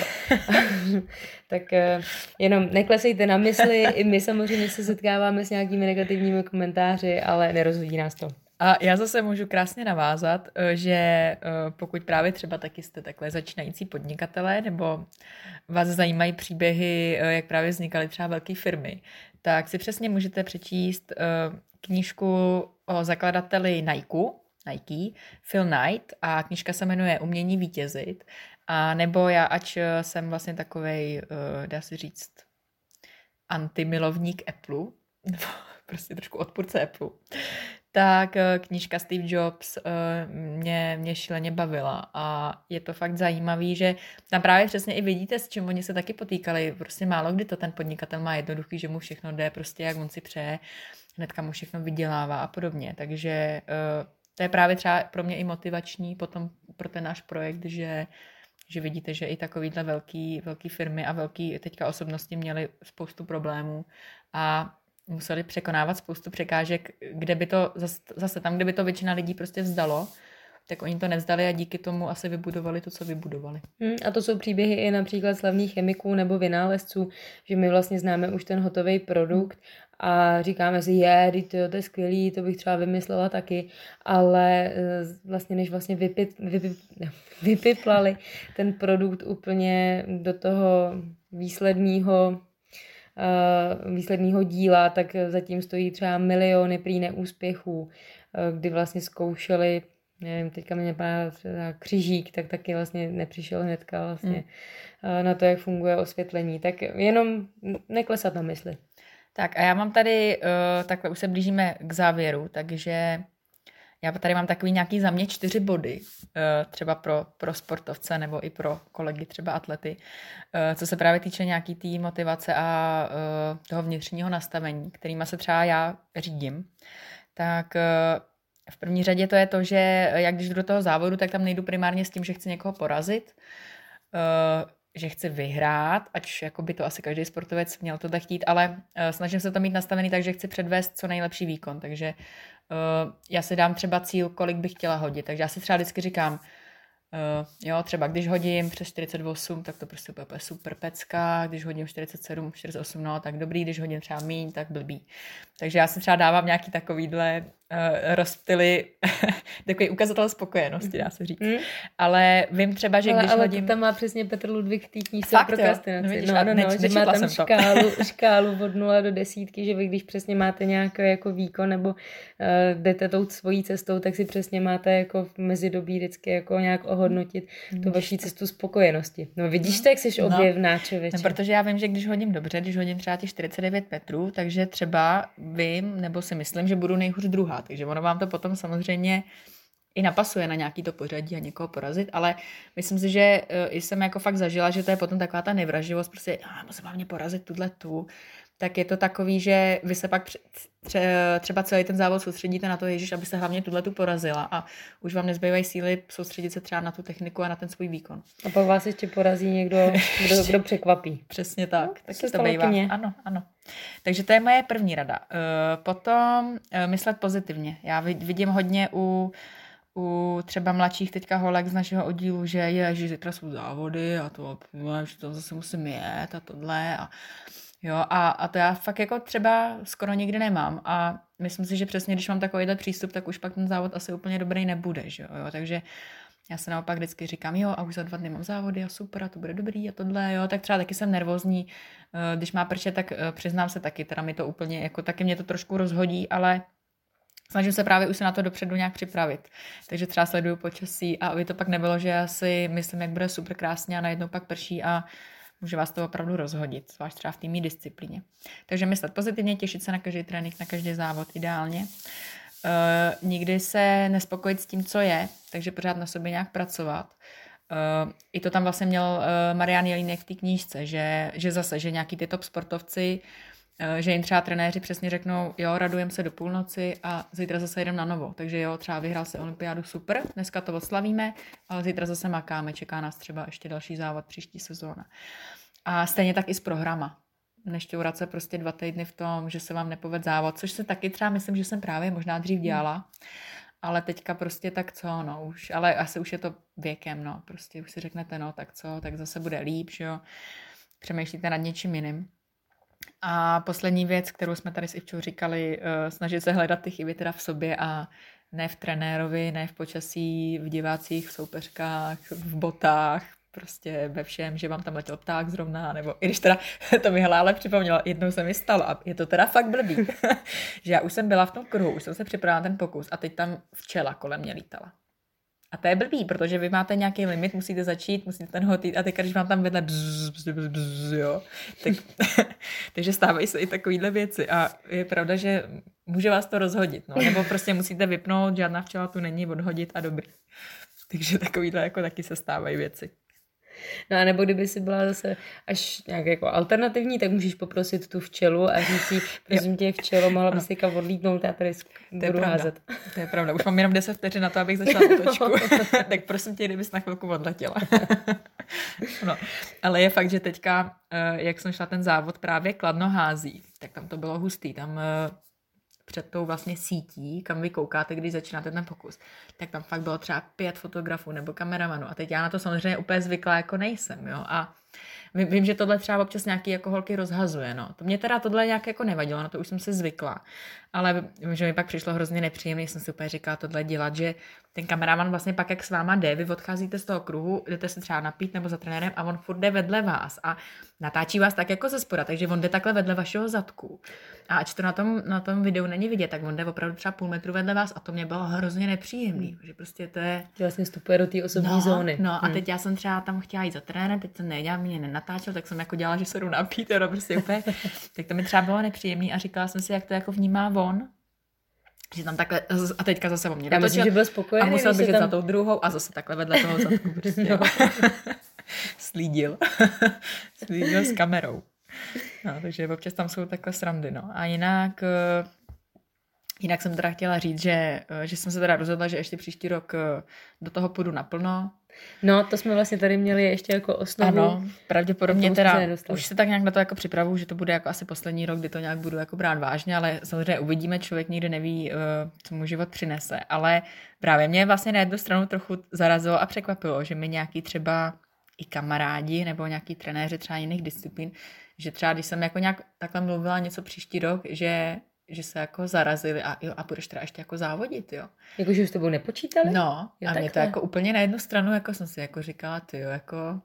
Tak uh, jenom neklesejte na mysli, i my samozřejmě se setkáváme s nějakými negativními komentáři, ale nerozhodí nás to. A já zase můžu krásně navázat, že pokud právě třeba taky jste takhle začínající podnikatelé nebo vás zajímají příběhy, jak právě vznikaly třeba velké firmy, tak si přesně můžete přečíst knížku o zakladateli Nike, Nike, Phil Knight, a knížka se jmenuje Umění vítězit. A nebo já, ač jsem vlastně takovej, dá se říct, antimilovník Apple, nebo prostě trošku odpůrce Apple, tak knížka Steve Jobs mě, mě šíleně bavila a je to fakt zajímavý, že tam právě přesně i vidíte, s čím oni se taky potýkali. Prostě málo kdy to ten podnikatel má jednoduchý, že mu všechno jde prostě jak on si přeje, hnedka mu všechno vydělává a podobně. Takže to je právě třeba pro mě i motivační potom pro ten náš projekt, že, že vidíte, že i takovýhle velký, velký firmy a velký teďka osobnosti měly spoustu problémů a museli překonávat spoustu překážek, kde by to, zase tam, kde by to většina lidí prostě vzdalo, tak oni to nevzdali a díky tomu asi vybudovali to, co vybudovali. Hmm, a to jsou příběhy i například slavných chemiků nebo vynálezců, že my vlastně známe už ten hotový produkt a říkáme si, je, to, to je skvělý, to bych třeba vymyslela taky, ale vlastně než vlastně vypit, vypit, vypiplali ten produkt úplně do toho výsledného výsledného díla, tak zatím stojí třeba miliony prý neúspěchů, kdy vlastně zkoušeli, nevím, teďka mě napadá křižík, tak taky vlastně nepřišel hnedka vlastně mm. na to, jak funguje osvětlení. Tak jenom neklesat na mysli. Tak a já mám tady, takhle už se blížíme k závěru, takže já tady mám takový nějaký za mě čtyři body, třeba pro, pro sportovce nebo i pro kolegy, třeba atlety, co se právě týče nějaký té tý motivace a toho vnitřního nastavení, kterýma se třeba já řídím. Tak v první řadě to je to, že jak když jdu do toho závodu, tak tam nejdu primárně s tím, že chci někoho porazit, že chci vyhrát, ač jako by to asi každý sportovec měl to tak chtít, ale snažím se to mít nastavený tak, že chci předvést co nejlepší výkon, takže Uh, já si dám třeba cíl, kolik bych chtěla hodit, takže já si třeba vždycky říkám, uh, jo, třeba když hodím přes čtyřicet osm, tak to prostě bude super pecka, když hodím čtyřicet sedm, čtyřicet osm, no, tak dobrý, když hodím třeba míň, tak blbý. Takže já si třeba dávám nějaký takovýhle uh, rozptyly, takový ukazatel spokojenosti, dá se říct. Mm. Ale vím třeba, že ale, když ale hodím... Ale tam má přesně Petr Ludvík v té knížce o prokrastinaci. No, no, no, no, že má tam škálu, škálu od nula do desítky, že vy když přesně máte nějaký jako výkon nebo uh, jdete tou svojí cestou, tak si přesně máte jako v mezidobí vždycky jako nějak ohodnotit mm. tu vaší cestu spokojenosti. No vidíš, tak jsi no. objevná, člověče. No, protože já vím, že když hodím dobře, když hodím třeba těch čtyřicet devět metrů, takže třeba vím, nebo si myslím, že budu nejhůř druhá, takže ono vám to potom samozřejmě i napasuje na nějaký to pořadí a někoho porazit, ale myslím si, že uh, jsem jako fakt zažila, že to je potom taková ta nevraživost, prostě ah, musím hlavně porazit tuhle tu, tak je to takový, že vy se pak tře- třeba celý ten závod soustředíte na to, ježiš, aby se hlavně tuhle tu porazila a už vám nezbývají síly soustředit se třeba na tu techniku a na ten svůj výkon. A pak vás ještě porazí někdo, kdo, kdo překvapí. Přesně tak. No, taky to bývá. Ano, ano. Takže to je moje první rada. Uh, potom uh, myslet pozitivně. Já vidím hodně u u třeba mladších teďka holek z našeho oddílu, že je, že zítra jsou závody a to, že to zase musím jet a tohle a jo, a, a to já fakt jako třeba skoro nikdy nemám a myslím si, že přesně, když mám takovýhle přístup, tak už pak ten závod asi úplně dobrý nebude, že jo, jo, takže já se naopak vždycky říkám, jo, a už za dva dny mám závody a super, a to bude dobrý a tohle, jo, tak třeba taky jsem nervózní, když má pršet, tak přiznám se taky, teda mi to úplně, jako taky mě to trošku rozhodí, ale snažím se právě už se na to dopředu nějak připravit. Takže třeba sleduju počasí a aby to pak nebylo, že já si myslím, jak bude super krásně a najednou pak prší a může vás to opravdu rozhodit, zvlášť třeba v té mý disciplíně. Takže myslet pozitivně, těšit se na každý trénink, na každý závod ideálně. Uh, nikdy se nespokojit s tím, co je, takže pořád na sobě nějak pracovat. Uh, I to tam vlastně měl uh, Marian Jelínek v té knížce, že, že zase, že nějaký ty top sportovci, uh, že jim třeba trenéři přesně řeknou, jo, radujeme se do půlnoci a zítra zase jdem na novo. Takže jo, třeba vyhrál se olympiádu, super, dneska to oslavíme, ale zítra zase makáme, čeká nás třeba ještě další závod příští sezóna. A stejně tak i s programa. Nešťourat se prostě dva týdny v tom, že se vám nepoved závod, což se taky třeba myslím, že jsem právě možná dřív dělala, ale teďka prostě tak co, no už, ale asi už je to věkem, no, prostě už si řeknete, no, tak co, tak zase bude líp, že jo, přemýšlíte nad něčím jiným. A poslední věc, kterou jsme tady s Ivčou říkali, uh, snažit se hledat ty chyby teda v sobě a ne v trenérovi, ne v počasí, v divácích, v soupeřkách, v botách, prostě ve všem, že vám tam letěl pták zrovna, nebo i když teda to mi Hela ale připomněla, jednou se mi stalo a je to teda fakt blbý, že já už jsem byla v tom kruhu, už jsem se připravila na ten pokus a teď tam včela kolem mě lítala. A to je blbý, protože vy máte nějaký limit, musíte začít, musíte ten hotít a teď, když vám tam vedle bzz, bzz, bzz, bzz, jo, tak, takže stávají se i takovýhle věci a je pravda, že může vás to rozhodit, no, nebo prostě musíte vypnout, žádná včela tu není, odhodit a dobrý. Takže takovýhle jako taky se stávají věci. No a nebo kdyby si byla zase až nějak jako alternativní, tak můžeš poprosit tu včelu a říct si, prosím tě, včelo, mohla bys teďka odlítnout, já tady budu házet. To je pravda, už mám jenom deset vteřin na to, abych začala otočku. Tak prosím tě, kdybys na chvilku odletěla. No, ale je fakt, že teďka, jak jsem šla ten závod právě Kladno hází, tak tam to bylo hustý, tam před tou vlastně sítí, kam vy koukáte, když začínáte ten pokus, tak tam fakt bylo třeba pět fotografů nebo kameramanů a teď já na to samozřejmě úplně zvyklá jako nejsem, jo, a vím, že tohle třeba občas nějaký jako holky rozhazuje, no. To mě teda tohle nějak jako nevadilo, na to už jsem se zvykla, ale že mi pak přišlo hrozně nepříjemné, jsem si úplně říkala tohle dělat, že ten kameraman vlastně pak jak s váma jde, vy odcházíte z toho kruhu, jdete se třeba napít nebo za trenérem a on furt jde vedle vás a natáčí vás tak jako ze spoda, takže on jde takhle vedle vašeho zadku. A ač to na tom, na tom videu není vidět, tak on jde opravdu třeba půl metru vedle vás a to mě bylo hrozně nepříjemný, hmm. že prostě to je... Vlastně vstupuje do té osobní no, zóny. No a teď já jsem třeba tam chtěla jít za trenérem, teď jsem nedělala, mě nenatáčel, tak jsem jako dělala, že se jdu napít, no prostě úplně. Tak to mi třeba bylo nepříjemný a říkala jsem si, jak to jako vnímá on. Že tam takhle, a teďka zase o mě dotočil. Já myslím, že byl spokojený. A musel běžet tam... za tou druhou a zase takhle vedle toho zadku prostě. No. Slídil. Slídil s kamerou. No, takže občas tam jsou takhle srandy, no. A jinak, jinak jsem teda chtěla říct, že, že jsem se teda rozhodla, že ještě příští rok do toho půjdu naplno. No, to jsme vlastně tady měli ještě jako osnovu. Ano, pravděpodobně teda už se tak nějak na to jako připravuju, že to bude jako asi poslední rok, kdy to nějak budu jako brát vážně, ale samozřejmě uvidíme, člověk nikdy neví, co mu život přinese, ale právě mě vlastně na jednu stranu trochu zarazilo a překvapilo, že mi nějaký třeba i kamarádi nebo nějaký trenéři třeba jiných disciplín, že třeba když jsem jako nějak takhle mluvila něco příští rok, že že se jako zarazili a jo, a budeš teda ještě jako závodit, jo. Jakože už s tebou nepočítali? No, jo, a takhle. Mě to jako úplně na jednu stranu, jako jsem si jako říkala, ty jo, jako,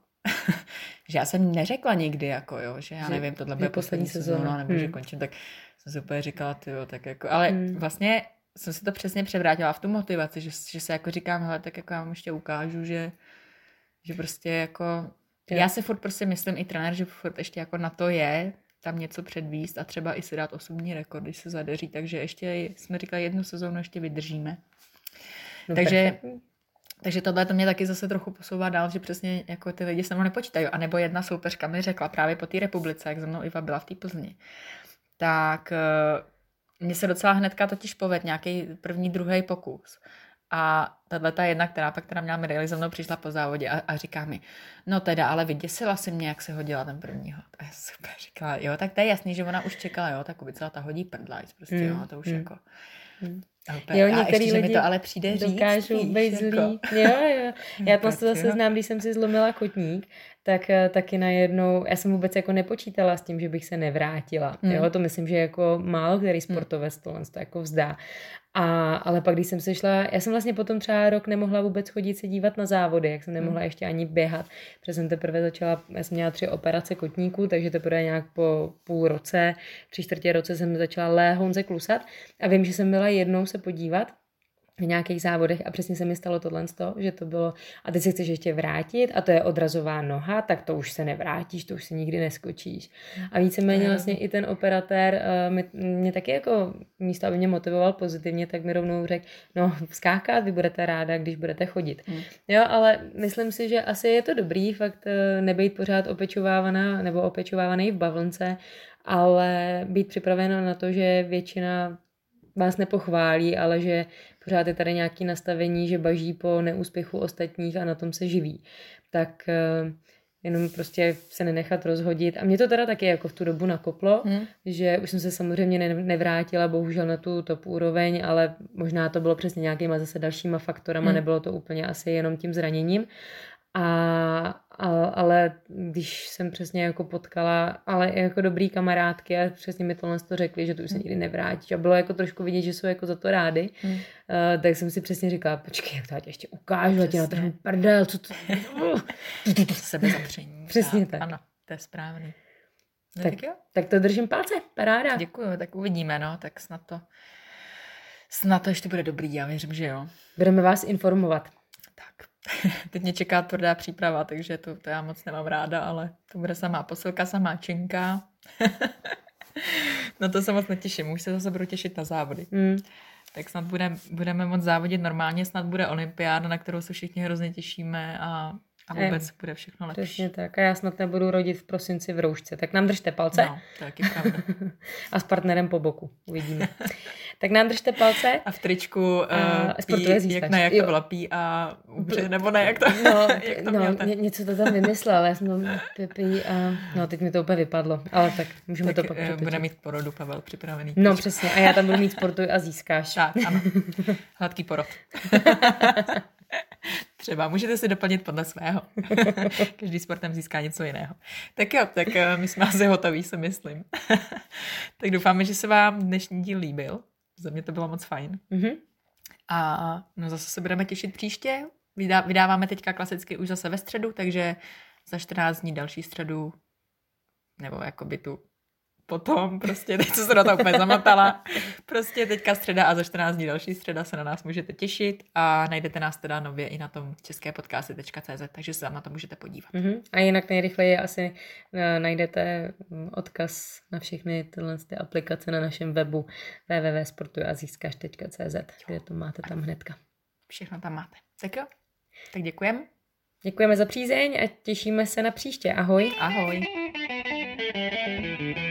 že já jsem neřekla nikdy, jako jo, že já že nevím, tohle bude poslední sezóna, nebo hmm. že končím, tak jsem si úplně říkala, ty jo, tak jako, ale hmm. vlastně jsem si to přesně převrátila v tu motivaci, že, že se jako říkám, hele, tak jako já vám ještě ukážu, že, že prostě jako, jo. Já si furt prostě myslím i trenér, že furt ještě jako na to je, tam něco předvíst a třeba i si dát osobní rekord, když se zadeří, takže ještě jsme říkali, jednu sezónu ještě vydržíme. No, takže, takže tohle to mě taky zase trochu posouvá dál, že přesně jako ty lidi se mnou nepočítají. A nebo jedna soupeřka mi řekla právě po té republice, jak ze mnou Iva byla v té Plzni, tak mně se docela hnedka totiž povedl nějaký první, druhý pokus. A tahle ta jedna, která pak teda měla medaili, za mnou přišla po závodě a, a říká mi, no teda, ale vyděsila si mě, jak se hodila ten první hod. A já super říkala, jo, tak to je jasný, že ona už čekala, jo, tak Kubica ta hodí prdlajc, prostě, mm. jo, to už mm. jako... Mm. A, jo, a ještě, že mi to ale přijde říct. Dokážou být zlý. Jako... Jo, jo. Já to zase znám, když jsem si zlomila kotník, tak taky najednou, já jsem vůbec jako nepočítala s tím, že bych se nevrátila. Mm. Jo, to myslím, že jako málo který sportovec mm. tohle to jako vzdá. A, ale pak, když jsem se šla, já jsem vlastně potom třeba rok nemohla vůbec chodit se dívat na závody, jak jsem nemohla mm. ještě ani běhat, protože jsem teprve začala, já jsem měla tři operace kotníků, takže teprve nějak po půl roce, tři čtvrtě roce jsem začala léhonze klusat a vím, že jsem byla jednou se podívat v nějakých závodech a přesně se mi stalo tohle, že to bylo a teď se chceš ještě vrátit a to je odrazová noha, tak to už se nevrátíš, to už si nikdy neskočíš. A víceméně vlastně i ten operatér uh, mě, mě taky jako místo, aby mě motivoval pozitivně, tak mi rovnou řekl, no skákat vy budete ráda, když budete chodit. Hmm. Jo, ale myslím si, že asi je to dobrý fakt uh, nebejt pořád opečovávaná nebo opečovávaný v bavlnce, ale být připravena na to, že většina vás nepochválí, ale že pořád je tady nějaké nastavení, že baží po neúspěchu ostatních a na tom se živí. Tak uh, jenom prostě se nenechat rozhodit. A mě to teda taky jako v tu dobu nakoplo, hmm. že už jsem se samozřejmě ne- nevrátila bohužel na tu top úroveň, ale možná to bylo přesně nějakýma zase dalšíma faktorama, hmm. nebylo to úplně asi jenom tím zraněním. A, a, ale když jsem přesně jako potkala, ale jako dobrý kamarádky a přesně mi tohle to řekli, že to už se nikdy nevrátíš a bylo jako trošku vidět, že jsou jako za to rády, hmm. uh, tak jsem si přesně říkala, počkej, jak to já tě ještě ukážu, a tě natrhnu prdel, co to... Sebezapření. Přesně tak. Ano, to je správný. No, tak, tak, tak to držím palce, paráda. Děkuju, tak uvidíme, no, tak snad to, snad to ještě bude dobrý, já věřím, že jo. Budeme vás informovat. Tak. Teď mě čeká tvrdá příprava, takže to, to já moc nemám ráda, ale to bude samá posilka, samá činka. No to se moc netěším, už se zase budu těšit na závody. Mm. Tak snad budeme, budeme moc závodit normálně, snad bude olympiáda, na kterou se všichni hrozně těšíme a, a vůbec je, bude všechno lepší. Přesně tak a já snad nebudu rodit v prosinci v roušce, tak nám držte palce. No, to je taky pravda. A s partnerem po boku, uvidíme. Tak nám držte palce. A v tričku uh, pí, jak ne, jak to byla, pí a ubře, nebo ne, jak to, no, jak to no, měl ten. Ně, něco to tam vymyslel, já jsem tam pí a no, teď mi to úplně vypadlo, ale tak můžeme tak to pak uh, přetočit. Bude mít porodu Pavel připravený. No přesně, a já tam budu mít sportuj a získáš. Tak, ano. Hladký porod. Třeba můžete si doplnit podle svého. Každý sportem získá něco jiného. Tak jo, tak my jsme asi hotoví, si myslím. Tak doufáme, že se vám dnešní díl líbil. Za mě to bylo moc fajn. Mm-hmm. A no zase se budeme těšit příště. Vydá, vydáváme teďka klasicky už zase ve středu, takže za čtrnáct dní další středu, nebo jakoby tu potom, prostě teď co se na to úplně zamotala. Prostě teďka středa a za čtrnáct dní další středa se na nás můžete těšit a najdete nás teda nově i na tom české podcasty tečka cé zet, takže se tam na to můžete podívat. Mm-hmm. A jinak nejrychleji asi najdete odkaz na všechny tyhle ty aplikace na našem webu w w w tečka sportuj a získáš tečka cé zet, kde to máte tam hnedka. Všechno tam máte. Tak jo, tak děkujeme. Děkujeme za přízeň a těšíme se na příště. Ahoj. Ahoj.